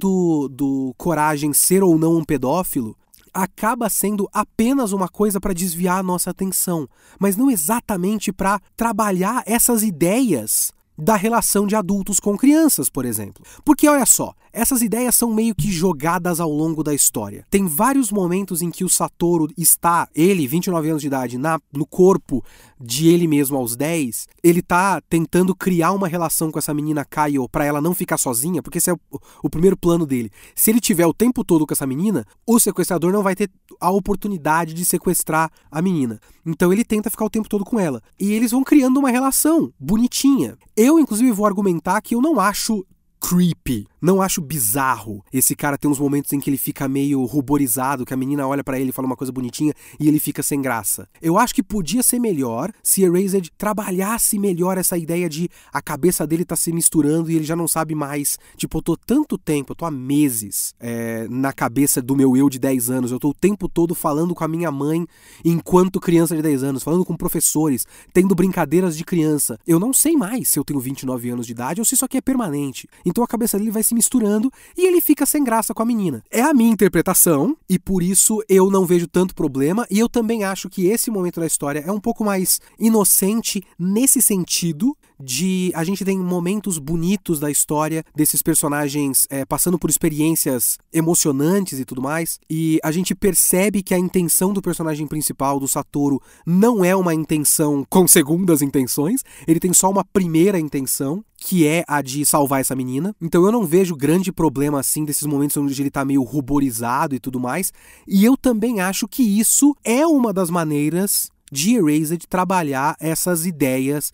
do Coragem ser ou não um pedófilo acaba sendo apenas uma coisa para desviar a nossa atenção, mas não exatamente para trabalhar essas ideias da relação de adultos com crianças, por exemplo. Porque olha só, essas ideias são meio que jogadas ao longo da história. Tem vários momentos em que o Satoru está, ele, 29 anos de idade, no corpo de ele mesmo aos 10, ele tá tentando criar uma relação com essa menina Kaio pra ela não ficar sozinha, porque esse é o primeiro plano dele. Se ele tiver o tempo todo com essa menina, o sequestrador não vai ter a oportunidade de sequestrar a menina. Então ele tenta ficar o tempo todo com ela. E eles vão criando uma relação bonitinha. Eu, inclusive, vou argumentar que eu não acho creepy, não acho bizarro. Esse cara tem uns momentos em que ele fica meio ruborizado, que a menina olha pra ele e fala uma coisa bonitinha e ele fica sem graça. Eu acho que podia ser melhor se Erased trabalhasse melhor essa ideia de a cabeça dele tá se misturando e ele já não sabe mais. Tipo, eu tô tanto tempo, eu tô há meses na cabeça do meu eu de 10 anos, eu tô o tempo todo falando com a minha mãe enquanto criança de 10 anos, falando com professores, tendo brincadeiras de criança. Eu não sei mais se eu tenho 29 anos de idade ou se isso aqui é permanente. Então a cabeça dele vai se misturando e ele fica sem graça com a menina. É a minha interpretação e por isso eu não vejo tanto problema, e eu também acho que esse momento da história é um pouco mais inocente nesse sentido a gente tem momentos bonitos da história desses personagens passando por experiências emocionantes e tudo mais, e a gente percebe que a intenção do personagem principal, do Satoru, não é uma intenção com segundas intenções, ele tem só uma primeira intenção, que é a de salvar essa menina. Então eu não vejo grande problema assim desses momentos onde ele tá meio ruborizado e tudo mais, e eu também acho que isso é uma das maneiras de Erased trabalhar essas ideias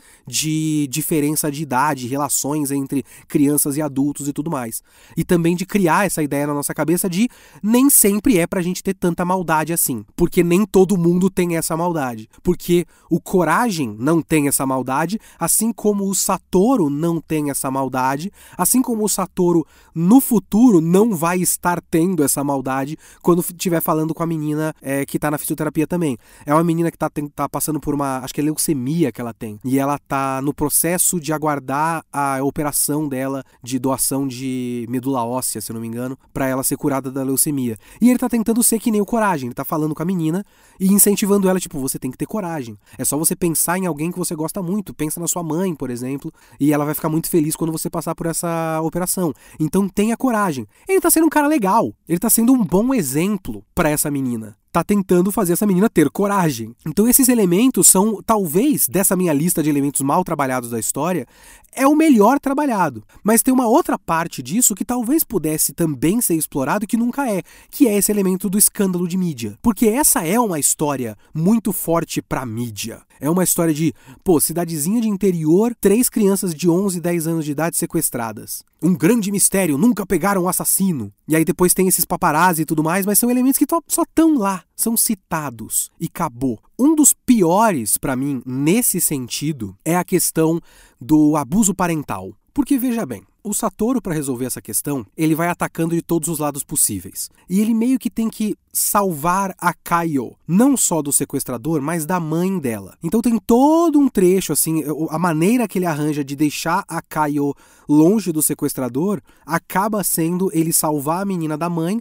de diferença de idade, relações entre crianças e adultos e tudo mais. E também de criar essa ideia na nossa cabeça de nem sempre é pra gente ter tanta maldade assim. Porque nem todo mundo tem essa maldade. Porque o Coragem não tem essa maldade, assim como o Satoru não tem essa maldade, assim como o Satoru no futuro não vai estar tendo essa maldade quando estiver falando com a menina que tá na fisioterapia também. É uma menina que tá passando por uma, acho que é leucemia que ela tem, e ela tá no processo de aguardar a operação dela de doação de medula óssea, se eu não me engano, pra ela ser curada da leucemia. E ele tá tentando ser que nem o Coragem, ele tá falando com a menina e incentivando ela, tipo, você tem que ter coragem. É só você pensar em alguém que você gosta muito, pensa na sua mãe, por exemplo, e ela vai ficar muito feliz quando você passar por essa operação. Então tenha coragem. Ele tá sendo um cara legal, ele tá sendo um bom exemplo pra essa menina. Tá tentando fazer essa menina ter coragem. Então esses elementos são, talvez, dessa minha lista de elementos mal trabalhados da história, é o melhor trabalhado. Mas tem uma outra parte disso que talvez pudesse também ser explorado e que nunca é, que é esse elemento do escândalo de mídia. Porque essa é uma história muito forte pra mídia. É uma história de, cidadezinha de interior, 3 crianças de 11 e 10 anos de idade sequestradas. Um grande mistério, nunca pegaram um assassino. E aí depois tem esses paparazzi e tudo mais, mas são elementos que só estão lá, são citados e acabou. Um dos piores pra mim, nesse sentido, é a questão do abuso parental. Porque, veja bem, o Satoru, para resolver essa questão, ele vai atacando de todos os lados possíveis. E ele meio que tem que salvar a Kaio, não só do sequestrador, mas da mãe dela. Então tem todo um trecho, assim, a maneira que ele arranja de deixar a Kaio longe do sequestrador, acaba sendo ele salvar a menina da mãe,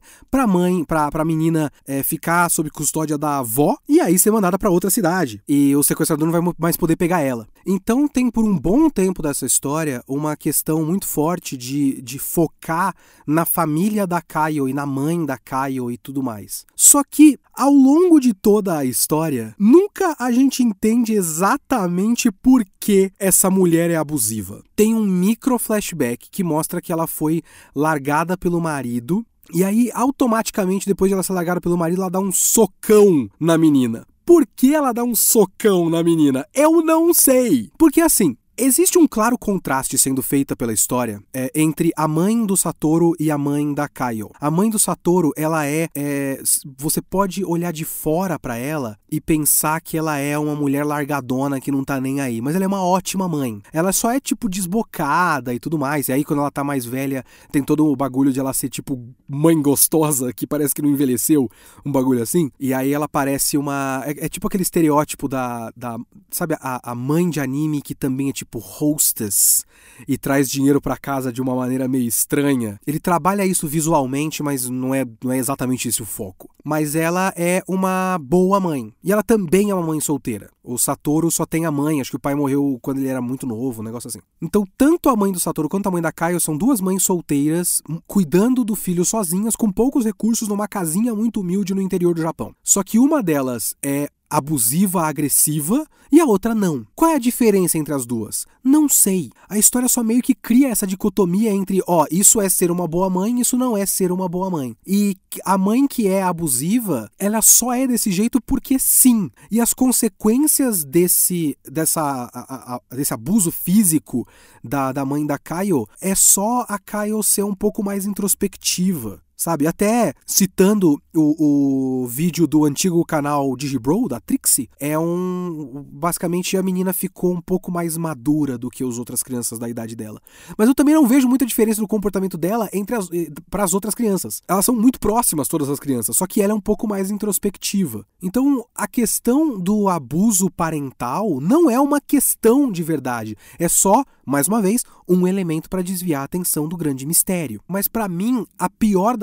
pra menina ficar sob custódia da avó, e aí ser mandada pra outra cidade. E o sequestrador não vai mais poder pegar ela. Então tem por um bom tempo dessa história uma questão muito forte de focar na família da Kaio e na mãe da Kaio e tudo mais. Só que, ao longo de toda a história, nunca a gente entende exatamente por que essa mulher é abusiva. Tem um micro flashback que mostra que ela foi largada pelo marido, e aí, automaticamente, depois de ela ser largada pelo marido, ela dá um socão na menina. Por que ela dá um socão na menina? Eu não sei. Porque assim, existe um claro contraste sendo feita pela história entre a mãe do Satoru e a mãe da Kaio. A mãe do Satoru, ela você pode olhar de fora pra ela e pensar que ela é uma mulher largadona que não tá nem aí, mas ela é uma ótima mãe. Ela só é tipo desbocada e tudo mais, e aí quando ela tá mais velha tem todo o bagulho de ela ser tipo mãe gostosa, que parece que não envelheceu, um bagulho assim, e aí ela parece uma... É tipo aquele estereótipo sabe, a mãe de anime que também é tipo hostess e traz dinheiro pra casa de uma maneira meio estranha. Ele trabalha isso visualmente, mas não é exatamente esse o foco. Mas ela é uma boa mãe. E ela também é uma mãe solteira. O Satoru só tem a mãe, acho que o pai morreu quando ele era muito novo, um negócio assim. Então, tanto a mãe do Satoru quanto a mãe da Kaio são 2 mães solteiras, cuidando do filho sozinhas, com poucos recursos, numa casinha muito humilde no interior do Japão. Só que uma delas é abusiva, agressiva, e a outra não. Qual é a diferença entre as duas? Não sei. A história só meio que cria essa dicotomia entre, isso é ser uma boa mãe, isso não é ser uma boa mãe. E a mãe que é abusiva, ela só é desse jeito porque sim. E as consequências desse abuso físico da mãe da Kaio é só a Kaio ser um pouco mais introspectiva. Sabe, até citando o vídeo do antigo canal Digibro, da Trixie, basicamente a menina ficou um pouco mais madura do que as outras crianças da idade dela. Mas eu também não vejo muita diferença no comportamento dela para as outras crianças. Elas são muito próximas, todas as crianças, só que ela é um pouco mais introspectiva. Então, a questão do abuso parental não é uma questão de verdade. É só, mais uma vez, um elemento para desviar a atenção do grande mistério. Mas para mim, a pior das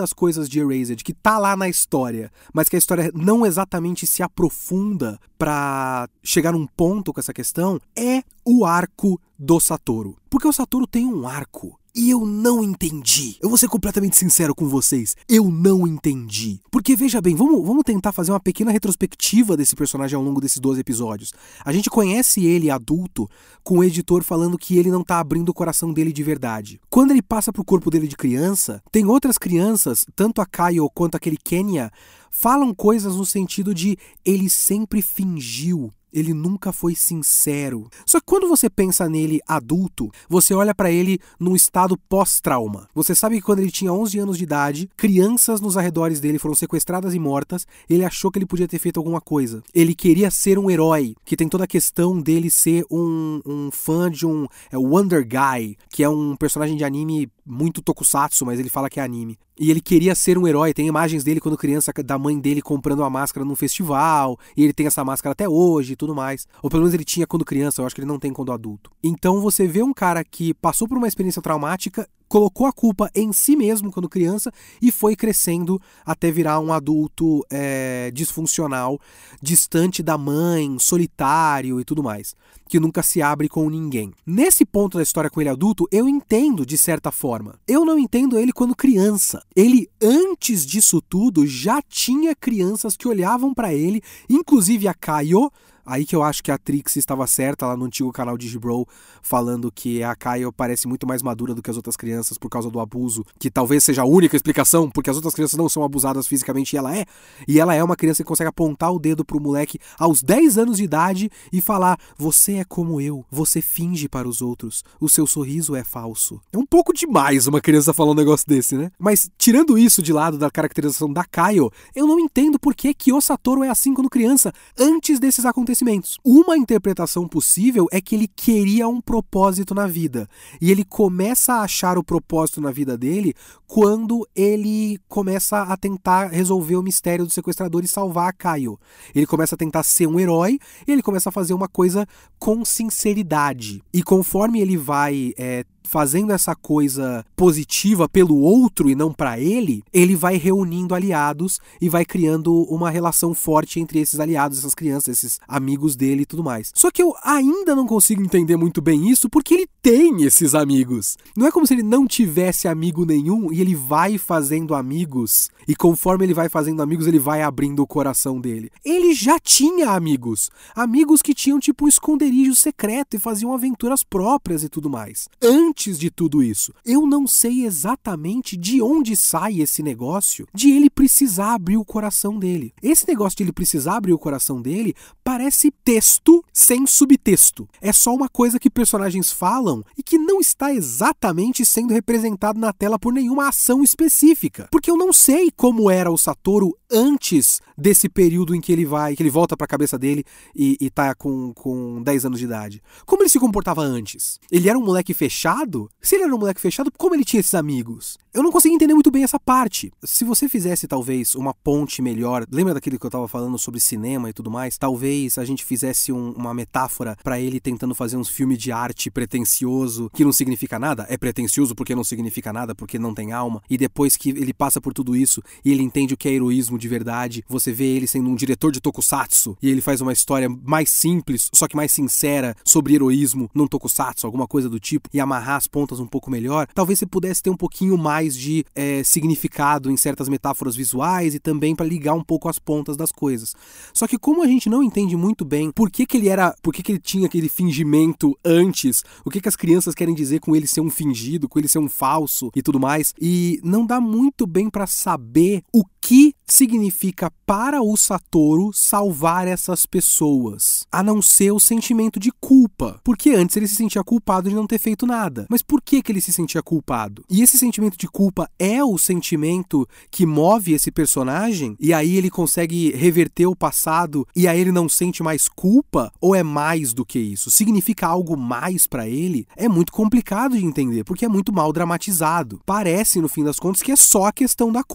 das coisas de Erased que tá lá na história, mas que a história não exatamente se aprofunda pra chegar num ponto com essa questão, é o arco do Satoru. Porque o Satoru tem um arco e eu não entendi. Eu vou ser completamente sincero com vocês. Eu não entendi. Porque, veja bem, vamos tentar fazer uma pequena retrospectiva desse personagem ao longo desses 12 episódios. A gente conhece ele adulto, com o editor falando que ele não tá abrindo o coração dele de verdade. Quando ele passa pro corpo dele de criança, tem outras crianças, tanto a Kaio quanto aquele Kenya, falam coisas no sentido de ele sempre fingiu. Ele nunca foi sincero. Só que quando você pensa nele adulto, você olha pra ele num estado pós-trauma. Você sabe que quando ele tinha 11 anos de idade, crianças nos arredores dele foram sequestradas e mortas, ele achou que ele podia ter feito alguma coisa. Ele queria ser um herói, que tem toda a questão dele ser um fã de um Wonder Guy, que é um personagem de anime muito tokusatsu, mas ele fala que é anime. E ele queria ser um herói, tem imagens dele quando criança, da mãe dele comprando uma máscara num festival, e ele tem essa máscara até hoje e tudo mais. Ou pelo menos ele tinha quando criança, eu acho que ele não tem quando adulto. Então você vê um cara que passou por uma experiência traumática, colocou a culpa em si mesmo quando criança e foi crescendo até virar um adulto disfuncional, distante da mãe, solitário e tudo mais, que nunca se abre com ninguém. Nesse ponto da história com ele adulto, eu entendo de certa forma. Eu não entendo ele quando criança. Ele, antes disso tudo, já tinha crianças que olhavam pra ele, inclusive a Kaio. Aí que eu acho que a Trix estava certa lá no antigo canal de Digibro, falando que a Kaio parece muito mais madura do que as outras crianças por causa do abuso, que talvez seja a única explicação, porque as outras crianças não são abusadas fisicamente e ela é. E ela é uma criança que consegue apontar o dedo pro moleque aos 10 anos de idade e falar: você é como eu, você finge para os outros, o seu sorriso é falso. É um pouco demais uma criança falar um negócio desse, né? Mas tirando isso de lado da caracterização da Kaio, eu não entendo por que o Satoru é assim quando criança, antes desses acontecimentos. Uma interpretação possível é que ele queria um propósito na vida. E ele começa a achar o propósito na vida dele quando ele começa a tentar resolver o mistério do sequestrador e salvar a Kaio. Ele começa a tentar ser um herói e ele começa a fazer uma coisa com sinceridade. E conforme ele vai fazendo essa coisa positiva pelo outro e não pra ele, ele vai reunindo aliados e vai criando uma relação forte entre esses aliados, essas crianças, esses amigos dele e tudo mais. Só que eu ainda não consigo entender muito bem isso porque ele tem esses amigos. Não é como se ele não tivesse amigo nenhum e ele vai fazendo amigos e conforme ele vai fazendo amigos, ele vai abrindo o coração dele. Ele já tinha amigos. Amigos que tinham tipo um esconderijo secreto e faziam aventuras próprias e tudo mais. Antes de tudo isso, eu não sei exatamente de onde sai esse negócio de ele precisar abrir o coração dele. Esse negócio de ele precisar abrir o coração dele parece texto sem subtexto. É só uma coisa que personagens falam e que não está exatamente sendo representado na tela por nenhuma ação específica. Porque eu não sei como era o Satoru antes desse período em que ele volta pra cabeça dele e tá com 10 anos de idade. Como ele se comportava antes? Ele era um moleque fechado? Se ele era um moleque fechado, como ele tinha esses amigos? Eu não consegui entender muito bem essa parte. Se você fizesse, talvez, uma ponte melhor, lembra daquele que eu tava falando sobre cinema e tudo mais? Talvez a gente fizesse uma metáfora pra ele tentando fazer uns filmes de arte pretencioso, que não significa nada. É pretencioso porque não significa nada, porque não tem alma. E depois que ele passa por tudo isso e ele entende o que é heroísmo de verdade, você vê ele sendo um diretor de tokusatsu e ele faz uma história mais simples, só que mais sincera sobre heroísmo num tokusatsu, alguma coisa do tipo, e amarrar as pontas um pouco melhor. Talvez você pudesse ter um pouquinho mais de significado em certas metáforas visuais e também para ligar um pouco as pontas das coisas. Só que como a gente não entende muito bem por que ele tinha aquele fingimento antes, o que as crianças querem dizer com ele ser um fingido, com ele ser um falso e tudo mais, e não dá muito bem para saber o que significa para o Satoru salvar essas pessoas, a não ser o sentimento de culpa, porque antes ele se sentia culpado de não ter feito nada. Mas por que ele se sentia culpado? E esse sentimento de culpa é o sentimento que move esse personagem, e aí ele consegue reverter o passado e aí ele não sente mais culpa? Ou é mais do que isso? Significa algo mais pra ele? É muito complicado de entender, porque é muito mal dramatizado. Parece, no fim das contas, que é só a questão da culpa.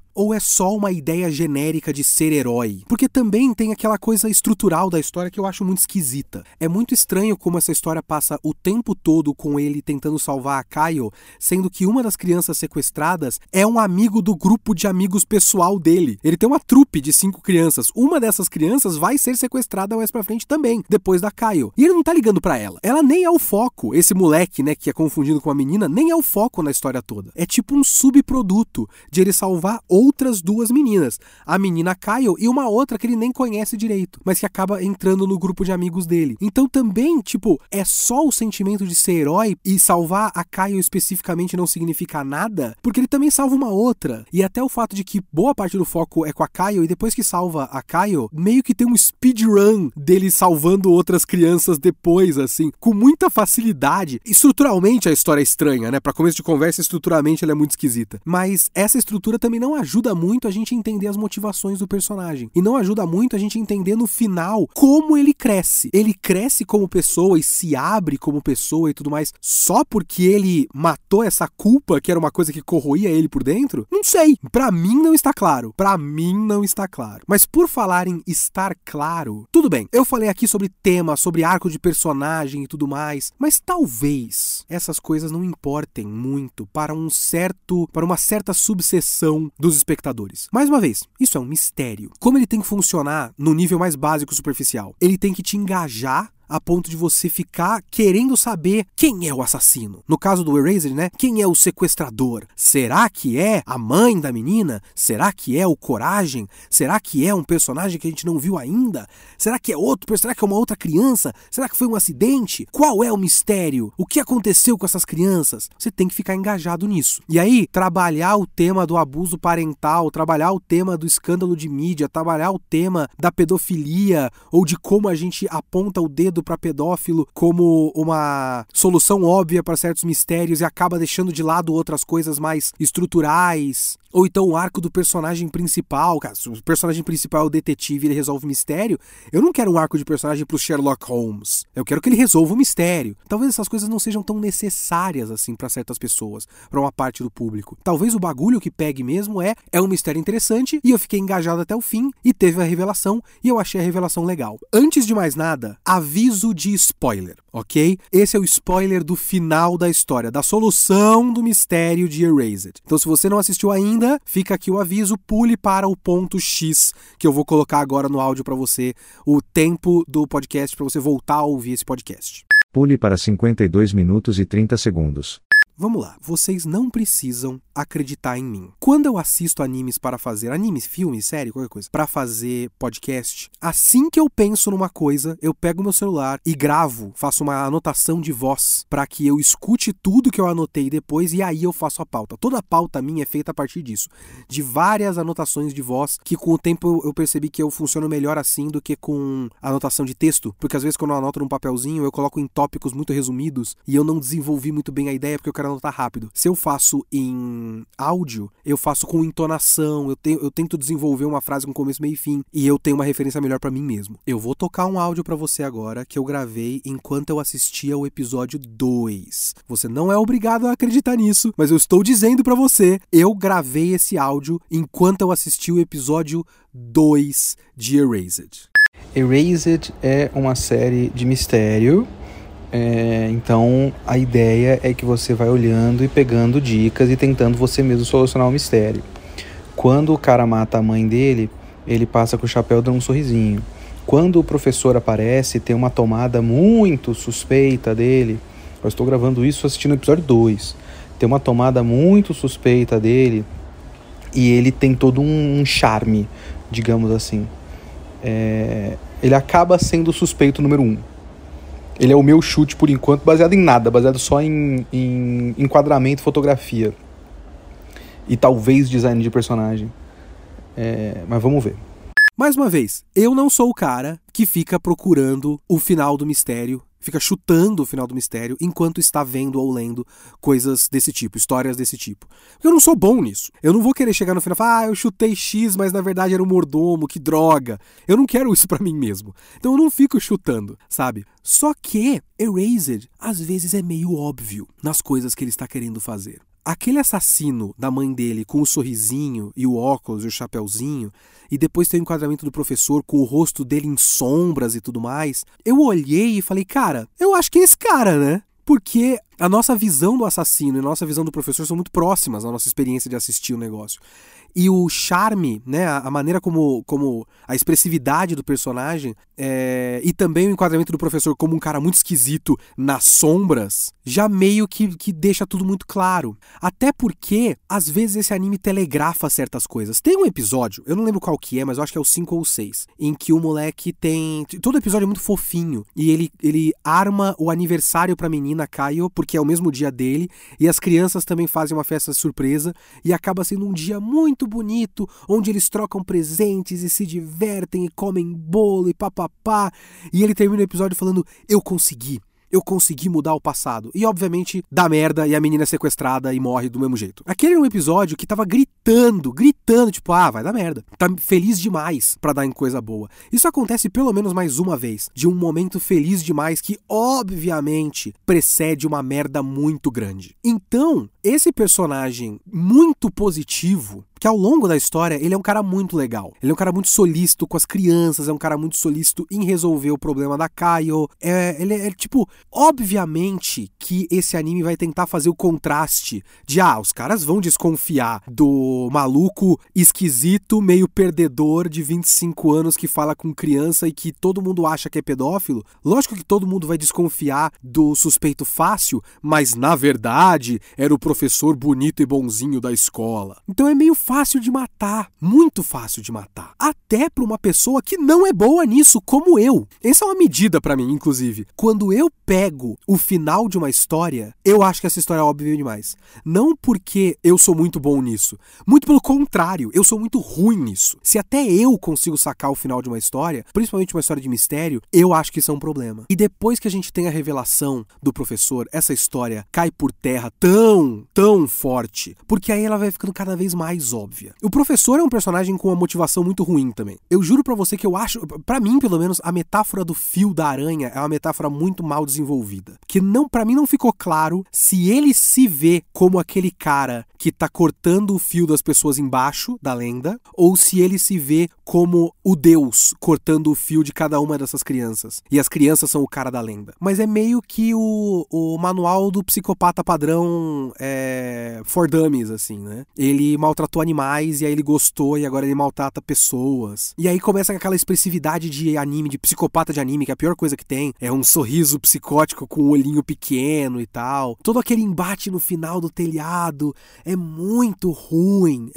Ou é só uma ideia genérica de ser herói? Porque também tem aquela coisa estrutural da história que eu acho muito esquisita. É muito estranho como essa história passa o tempo todo com ele tentando salvar a Kyle, sendo que uma das crianças sequestradas é um amigo do grupo de amigos pessoal dele. Ele tem uma trupe de 5 crianças. Uma dessas crianças vai ser sequestrada mais pra frente também, depois da Kyle. E ele não tá ligando pra ela. Ela nem é o foco. Esse moleque, né, que é confundido com a menina, nem é o foco na história toda. É tipo um subproduto de ele salvar outras 2 meninas. A menina Kyle e uma outra que ele nem conhece direito, mas que acaba entrando no grupo de amigos dele. Então também, tipo, é só o sentimento de ser herói e salvar a Kyle especificamente não significa nada, porque ele também salva uma outra. E até o fato de que boa parte do foco é com a Kyle, e depois que salva a Kyle, meio que tem um speedrun dele salvando outras crianças depois, assim, com muita facilidade. Estruturalmente a história é estranha, né? Pra começo de conversa, estruturalmente ela é muito esquisita. Mas essa estrutura também não ajuda muito a gente entender as motivações do personagem. E não ajuda muito a gente entender no final como ele cresce. Ele cresce como pessoa e se abre como pessoa e tudo mais só porque ele matou essa culpa que era uma coisa que corroía ele por dentro? Não sei. Pra mim não está claro. Pra mim não está claro. Mas por falar em estar claro, tudo bem. Eu falei aqui sobre tema, sobre arco de personagem e tudo mais, mas talvez essas coisas não importem muito para uma certa subseção dos espectadores. Mais uma vez, isso é um mistério. Como ele tem que funcionar no nível mais básico superficial? Ele tem que te engajar a ponto de você ficar querendo saber quem é o assassino. No caso do Erased, né? Quem é o sequestrador? Será que é a mãe da menina? Será que é o Coragem? Será que é um personagem que a gente não viu ainda? Será que é outro? Será que é uma outra criança? Será que foi um acidente? Qual é o mistério? O que aconteceu com essas crianças? Você tem que ficar engajado nisso. E aí, trabalhar o tema do abuso parental, trabalhar o tema do escândalo de mídia, trabalhar o tema da pedofilia ou de como a gente aponta o dedo para pedófilo como uma solução óbvia para certos mistérios e acaba deixando de lado outras coisas mais estruturais. Ou então o arco do personagem principal, cara, se o personagem principal é o detetive e ele resolve o mistério, eu não quero um arco de personagem pro Sherlock Holmes. Eu quero que ele resolva o mistério. Talvez essas coisas não sejam tão necessárias assim para certas pessoas, para uma parte do público. Talvez o bagulho que pegue mesmo é um mistério interessante e eu fiquei engajado até o fim e teve a revelação e eu achei a revelação legal. Antes de mais nada, aviso de spoiler, ok? Esse é o spoiler do final da história, da solução do mistério de Erased. Então se você não assistiu ainda, fica aqui o aviso, pule para o ponto X, que eu vou colocar agora no áudio para você, o tempo do podcast para você voltar a ouvir esse podcast. Pule para 52 minutos e 30 segundos. Vamos lá, vocês não precisam acreditar em mim. Quando eu assisto animes para fazer, animes, filmes, série, qualquer coisa, para fazer podcast, assim que eu penso numa coisa, eu pego meu celular e gravo, faço uma anotação de voz para que eu escute tudo que eu anotei depois e aí eu faço a pauta. Toda a pauta minha é feita a partir disso, de várias anotações de voz que com o tempo eu percebi que eu funciono melhor assim do que com anotação de texto, porque às vezes quando eu anoto num papelzinho eu coloco em tópicos muito resumidos e eu não desenvolvi muito bem a ideia porque eu quero anotar rápido. Se eu faço em áudio, eu faço com entonação, eu tento desenvolver uma frase com começo, meio e fim, e eu tenho uma referência melhor pra mim mesmo. Eu vou tocar um áudio pra você agora, que eu gravei enquanto eu assistia o episódio 2. Você não é obrigado a acreditar nisso, mas eu estou dizendo pra você, eu gravei esse áudio enquanto eu assisti o episódio 2 de Erased. Erased é uma série de mistério. Então a ideia é que você vai olhando e pegando dicas e tentando você mesmo solucionar o mistério. Quando o cara mata a mãe dele, ele passa com o chapéu dando um sorrisinho. Quando o professor aparece, tem uma tomada muito suspeita dele. Eu estou gravando isso assistindo o episódio 2. Tem uma tomada muito suspeita dele e ele tem todo um charme, digamos assim. Ele acaba sendo o suspeito número 1. Ele é o meu chute, por enquanto, baseado em nada. Baseado só em enquadramento e fotografia. E talvez design de personagem. Mas vamos ver. Mais uma vez, eu não sou o cara que fica procurando o final do mistério, fica chutando o final do mistério enquanto está vendo ou lendo coisas desse tipo, histórias desse tipo. Eu não sou bom nisso. Eu não vou querer chegar no final e falar, eu chutei X, mas na verdade era um mordomo, que droga. Eu não quero isso pra mim mesmo. Então eu não fico chutando, sabe? Só que Erased, às vezes, é meio óbvio nas coisas que ele está querendo fazer. aquele assassino da mãe dele com o sorrisinho e o óculos e o chapéuzinho, e depois tem o enquadramento do professor com o rosto dele em sombras e tudo mais, eu olhei e falei, cara, eu acho que é esse cara, né? Porque a nossa visão do assassino e a nossa visão do professor são muito próximas na nossa experiência de assistir o negócio. E o charme, né, a maneira como a expressividade do personagem e também o enquadramento do professor como um cara muito esquisito nas sombras, já meio que deixa tudo muito claro. Até porque, às vezes, esse anime telegrafa certas coisas. Tem um episódio, eu não lembro qual que é, mas eu acho que é o 5 ou 6, em que o moleque tem... Todo episódio é muito fofinho, e ele arma o aniversário pra menina Kaio, porque é o mesmo dia dele, e as crianças também fazem uma festa surpresa, e acaba sendo um dia muito bonito, onde eles trocam presentes e se divertem e comem bolo e papapá, e ele termina o episódio falando, eu consegui mudar o passado. E obviamente dá merda e a menina é sequestrada e morre do mesmo jeito. Aquele era um episódio que tava gritando, tipo, vai dar merda. Tá feliz demais pra dar em coisa boa. Isso acontece pelo menos mais uma vez, de um momento feliz demais que obviamente precede uma merda muito grande. Então, esse personagem muito positivo, que ao longo da história ele é um cara muito legal. Ele é um cara muito solícito com as crianças, é um cara muito solícito em resolver o problema da Kaio. Ele é tipo, obviamente que esse anime vai tentar fazer o contraste de, os caras vão desconfiar do maluco esquisito, meio perdedor de 25 anos que fala com criança e que todo mundo acha que é pedófilo. Lógico que todo mundo vai desconfiar do suspeito fácil, mas na verdade era o professor bonito e bonzinho da escola. Então é meio fácil de matar, muito fácil de matar. Até pra uma pessoa que não é boa nisso, como eu. Essa é uma medida pra mim, inclusive. Quando eu pego o final de uma história, eu acho que essa história é óbvia demais. Não porque eu sou muito bom nisso. Muito pelo contrário, eu sou muito ruim nisso. Se até eu consigo sacar o final de uma história, principalmente uma história de mistério, eu acho que isso é um problema. E depois que a gente tem a revelação do professor, essa história cai por terra tão forte, porque aí ela vai ficando cada vez mais óbvia. O professor é um personagem com uma motivação muito ruim também. Eu juro pra você que eu acho, pra mim pelo menos, a metáfora do fio da aranha é uma metáfora muito mal desenvolvida. Que pra mim não ficou claro se ele se vê como aquele cara que tá cortando o fio das pessoas embaixo da lenda, ou se ele se vê como o Deus cortando o fio de cada uma dessas crianças. E as crianças são o cara da lenda. Mas é meio que o manual do psicopata padrão for dummies, assim, né? Ele maltratou animais e aí ele gostou e agora ele maltrata pessoas. E aí começa aquela expressividade de anime, de psicopata de anime, que é a pior coisa que tem. É um sorriso psicótico com um olhinho pequeno e tal. Todo aquele embate no final do telhado é muito ruim,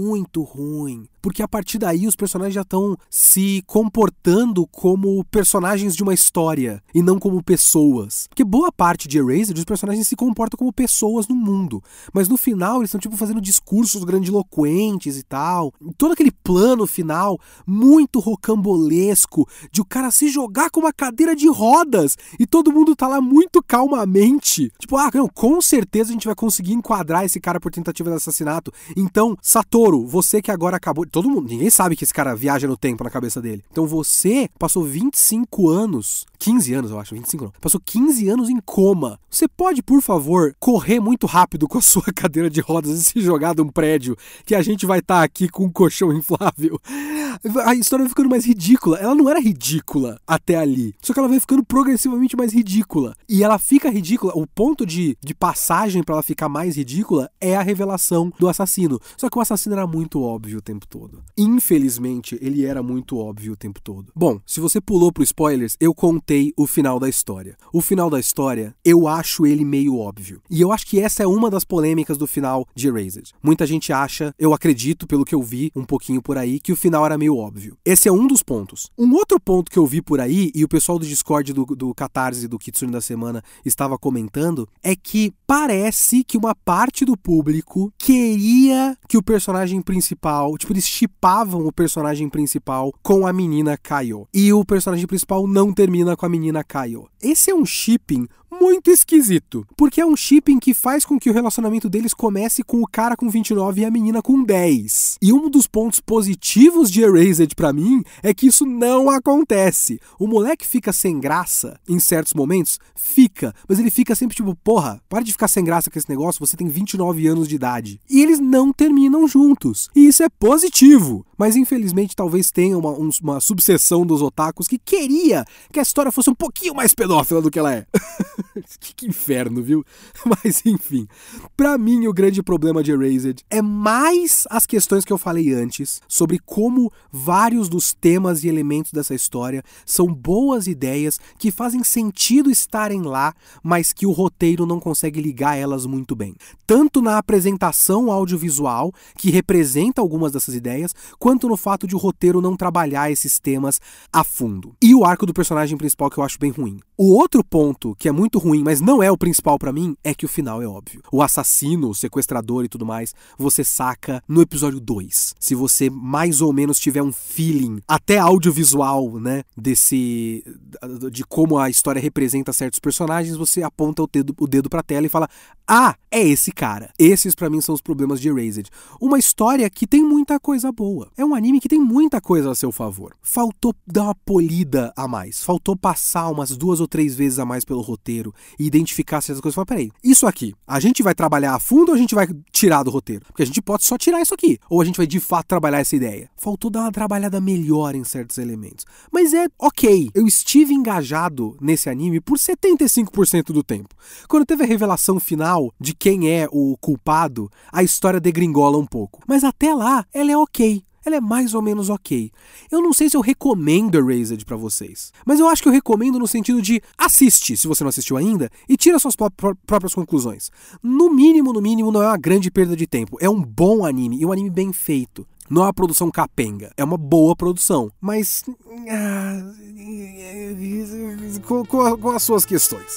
porque a partir daí os personagens já estão se comportando como personagens de uma história e não como pessoas. Porque boa parte de Erased, os personagens se comportam como pessoas no mundo, mas no final eles estão tipo fazendo discursos grandiloquentes e tal. E todo aquele plano final muito rocambolesco de o cara se jogar com uma cadeira de rodas e todo mundo tá lá muito calmamente. Tipo, não, com certeza a gente vai conseguir enquadrar esse cara por tentativa de assassinato. Então, Satoru, você que agora acabou... Todo mundo, ninguém sabe que esse cara viaja no tempo na cabeça dele. Então você passou 25 anos, 15 anos eu acho, 25 não, passou 15 anos em coma. Você pode, por favor, correr muito rápido com a sua cadeira de rodas e se jogar de um prédio que a gente vai estar aqui com um colchão inflável? A história vai ficando mais ridícula. Ela não era ridícula até ali, só que ela vai ficando progressivamente mais ridícula. E ela fica ridícula, o ponto de passagem pra ela ficar mais ridícula é a revelação do assassino. Só que o assassino era muito óbvio o tempo todo. Infelizmente, ele era muito óbvio o tempo todo. Bom, se você pulou pro spoilers, eu contei o final da história. O final da história, eu acho ele meio óbvio. E eu acho que essa é uma das polêmicas do final de Erased. Muita gente acha, eu acredito, pelo que eu vi um pouquinho por aí, que o final era meio óbvio. Esse é um dos pontos. Um outro ponto que eu vi por aí, e o pessoal do Discord do Catarse do Kitsune da Semana estava comentando, é que parece que uma parte do público queria que o personagem principal, tipo, eles shippavam o personagem principal com a menina Kaio. E o personagem principal não termina com a menina Kaio. Esse é um shipping muito esquisito, porque é um shipping que faz com que o relacionamento deles comece com o cara com 29 e a menina com 10. E um dos pontos positivos de Erased pra mim é que isso não acontece. O moleque fica sem graça em certos momentos? Fica, mas ele fica sempre tipo, porra, para de ficar sem graça com esse negócio, você tem 29 anos de idade. E eles não terminam juntos. E isso é positivo. Mas infelizmente talvez tenha uma subseção dos otakus que queria que a história fosse um pouquinho mais pedófila do que ela é. Que inferno, viu? Mas enfim, pra mim o grande problema de Erased é mais as questões que eu falei antes sobre como vários dos temas e elementos dessa história são boas ideias que fazem sentido estarem lá, mas que o roteiro não consegue ligar elas muito bem. Tanto na apresentação audiovisual, que representa algumas dessas ideias, quanto no fato de o roteiro não trabalhar esses temas a fundo. E o arco do personagem principal que eu acho bem ruim. O outro ponto que é muito ruim, mas não é o principal pra mim, é que o final é óbvio. O assassino, o sequestrador e tudo mais, você saca no episódio 2. Se você mais ou menos tiver um feeling, até audiovisual, né, de como a história representa certos personagens, você aponta o dedo pra tela e fala, ah, é esse cara. Esses pra mim são os problemas de Erased. Uma história que tem muita coisa boa. É um anime que tem muita coisa a seu favor. Faltou dar uma polida a mais. Faltou passar umas 2 ou 3 vezes a mais pelo roteiro e identificar certas coisas. Falar, peraí, isso aqui, a gente vai trabalhar a fundo ou a gente vai tirar do roteiro? Porque a gente pode só tirar isso aqui. Ou a gente vai de fato trabalhar essa ideia. Faltou dar uma trabalhada melhor em certos elementos. Mas é ok. Eu estive engajado nesse anime por 75% do tempo. Quando teve a revelação final de quem é o culpado, a história degringola um pouco. Mas até lá, ela é ok. Ela é mais ou menos ok. Eu não sei se eu recomendo Erased pra vocês, mas eu acho que eu recomendo no sentido de assiste, se você não assistiu ainda, e tira suas próprias conclusões. No mínimo, não é uma grande perda de tempo. É um bom anime, e um anime bem feito. Não é uma produção capenga, é uma boa produção, mas com as suas questões.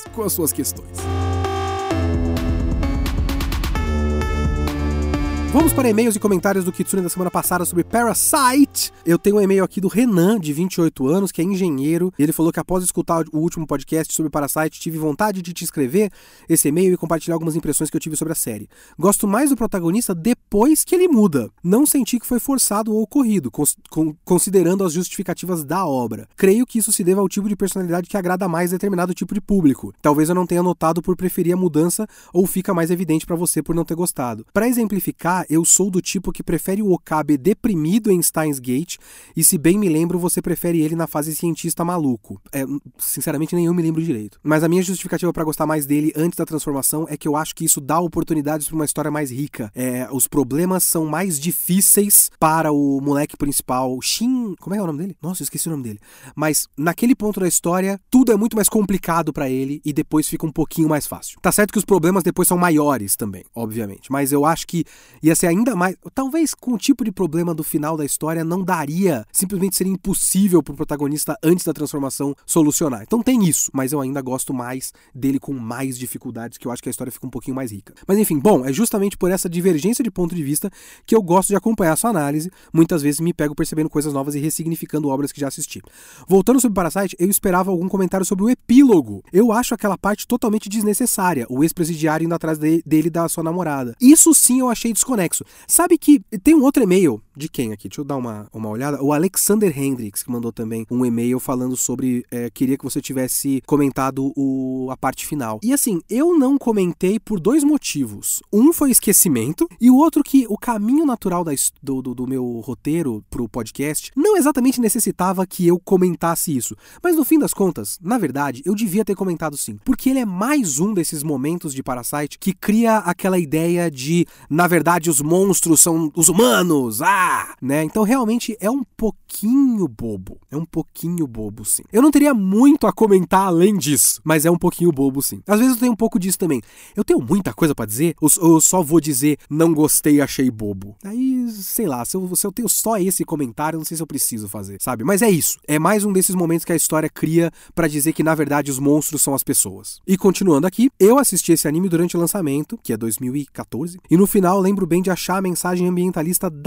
Vamos para e-mails e comentários do Kitsune da semana passada sobre Parasite. Eu tenho um e-mail aqui do Renan, de 28 anos, que é engenheiro, e ele falou que após escutar o último podcast sobre Parasite, tive vontade de te escrever esse e-mail e compartilhar algumas impressões que eu tive sobre a série. Gosto mais do protagonista depois que ele muda. Não senti que foi forçado ou ocorrido, considerando as justificativas da obra. Creio que isso se deva ao tipo de personalidade que agrada mais determinado tipo de público. Talvez eu não tenha notado por preferir a mudança ou fica mais evidente pra você por não ter gostado. Pra exemplificar, eu sou do tipo que prefere o Okabe deprimido em Steins Gate, e se bem me lembro, você prefere ele na fase cientista maluco. Sinceramente, nem eu me lembro direito. Mas a minha justificativa pra gostar mais dele antes da transformação é que eu acho que isso dá oportunidades pra uma história mais rica. Os problemas são mais difíceis para o moleque principal, Shin... Como é o nome dele? Nossa, eu esqueci o nome dele. Mas naquele ponto da história, tudo é muito mais complicado pra ele e depois fica um pouquinho mais fácil. Tá certo que os problemas depois são maiores também, obviamente. Mas eu acho que ia ser ainda mais... Talvez com o tipo de problema do final da história não daria, simplesmente seria impossível pro protagonista antes da transformação solucionar. Então tem isso, mas eu ainda gosto mais dele com mais dificuldades, que eu acho que a história fica um pouquinho mais rica. Mas enfim, bom, é justamente por essa divergência de ponto de vista que eu gosto de acompanhar a sua análise. Muitas vezes me pego percebendo coisas novas e ressignificando obras que já assisti. Voltando sobre Parasite, eu esperava algum comentário sobre o epílogo. Eu acho aquela parte totalmente desnecessária, o ex-presidiário indo atrás dele da sua namorada. Isso sim eu achei desconexo. Sabe que tem um outro e-mail de quem aqui? Deixa eu dar uma olhada. O Alexander Hendricks, que mandou também um e-mail falando sobre queria que você tivesse comentado a parte final. E assim, eu não comentei por 2 motivos. Um foi esquecimento, e o outro que o caminho natural do meu roteiro pro podcast não exatamente necessitava que eu comentasse isso. Mas no fim das contas, na verdade, eu devia ter comentado sim. Porque ele é mais um desses momentos de Parasite que cria aquela ideia de, na verdade, os monstros são os humanos, né? Então realmente é um pouquinho bobo. É um pouquinho bobo, sim. Eu não teria muito a comentar além disso, mas é um pouquinho bobo, sim. Às vezes eu tenho um pouco disso também. Eu tenho muita coisa pra dizer, ou eu só vou dizer não gostei, achei bobo. Aí, sei lá, se eu tenho só esse comentário, não sei se eu preciso fazer, sabe? Mas é isso. É mais um desses momentos que a história cria pra dizer que, na verdade, os monstros são as pessoas. E continuando aqui, eu assisti esse anime durante o lançamento, que é 2014, e no final lembro bem de achar a mensagem ambientalista datada.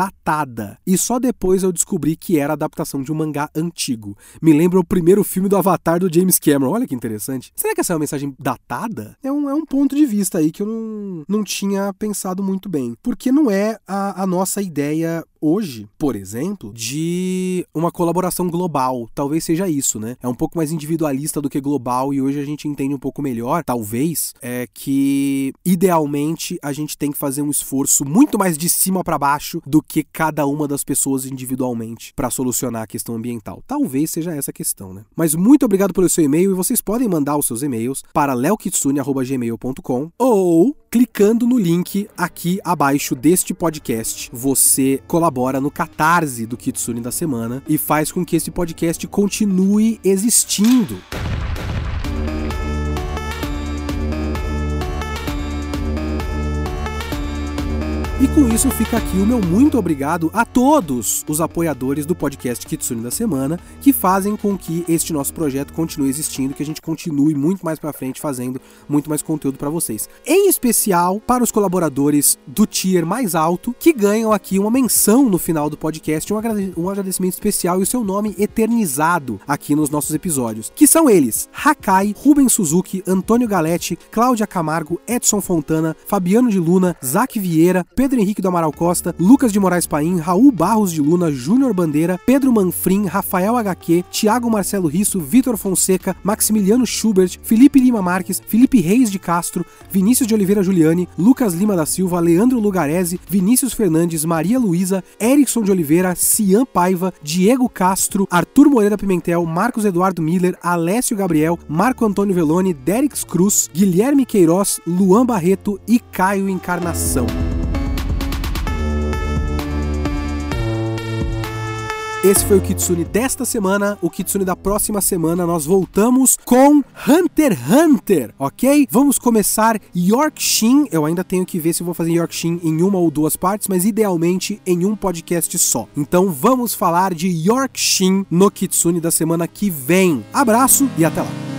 nada. E só depois eu descobri que era adaptação de um mangá antigo. Me lembra o primeiro filme do Avatar do James Cameron. Olha que interessante. Será que essa é uma mensagem datada? É um ponto de vista aí que eu não tinha pensado muito bem. Porque não é a nossa ideia hoje, por exemplo, de uma colaboração global. Talvez seja isso, né? É um pouco mais individualista do que global e hoje a gente entende um pouco melhor, talvez, que idealmente a gente tem que fazer um esforço muito mais de cima para baixo do que cada uma das pessoas individualmente para solucionar a questão ambiental. Talvez seja essa a questão, né? Mas muito obrigado pelo seu e-mail e vocês podem mandar os seus e-mails para leokitsune@gmail.com ou clicando no link aqui abaixo deste podcast. Você colabora no Catarse do Kitsune da semana e faz com que esse podcast continue existindo. E com isso fica aqui o meu muito obrigado a todos os apoiadores do podcast Kitsune da Semana, que fazem com que este nosso projeto continue existindo, que a gente continue muito mais pra frente fazendo muito mais conteúdo pra vocês. Em especial para os colaboradores do tier mais alto, que ganham aqui uma menção no final do podcast, um agradecimento especial e o seu nome eternizado aqui nos nossos episódios, que são eles: Hakai, Rubens Suzuki, Antônio Galetti, Cláudia Camargo, Edson Fontana, Fabiano de Luna, Zac Vieira, Pedro Henrique do Amaral Costa, Lucas de Moraes Paim, Raul Barros de Luna, Júnior Bandeira, Pedro Manfrim, Rafael HQ, Thiago Marcelo Risso, Vitor Fonseca, Maximiliano Schubert, Felipe Lima Marques, Felipe Reis de Castro, Vinícius de Oliveira Juliani, Lucas Lima da Silva, Leandro Lugarese, Vinícius Fernandes, Maria Luísa, Erickson de Oliveira, Cian Paiva, Diego Castro, Arthur Moreira Pimentel, Marcos Eduardo Miller, Alessio Gabriel, Marco Antônio Veloni, Derix Cruz, Guilherme Queiroz, Luan Barreto e Caio Encarnação. Esse foi o Kitsune desta semana. O Kitsune da próxima semana nós voltamos com Hunter x Hunter, ok? Vamos começar Yorkshin. Eu ainda tenho que ver se eu vou fazer Yorkshin em uma ou duas partes, mas idealmente em um podcast só. Então vamos falar de Yorkshin no Kitsune da semana que vem. Abraço e até lá!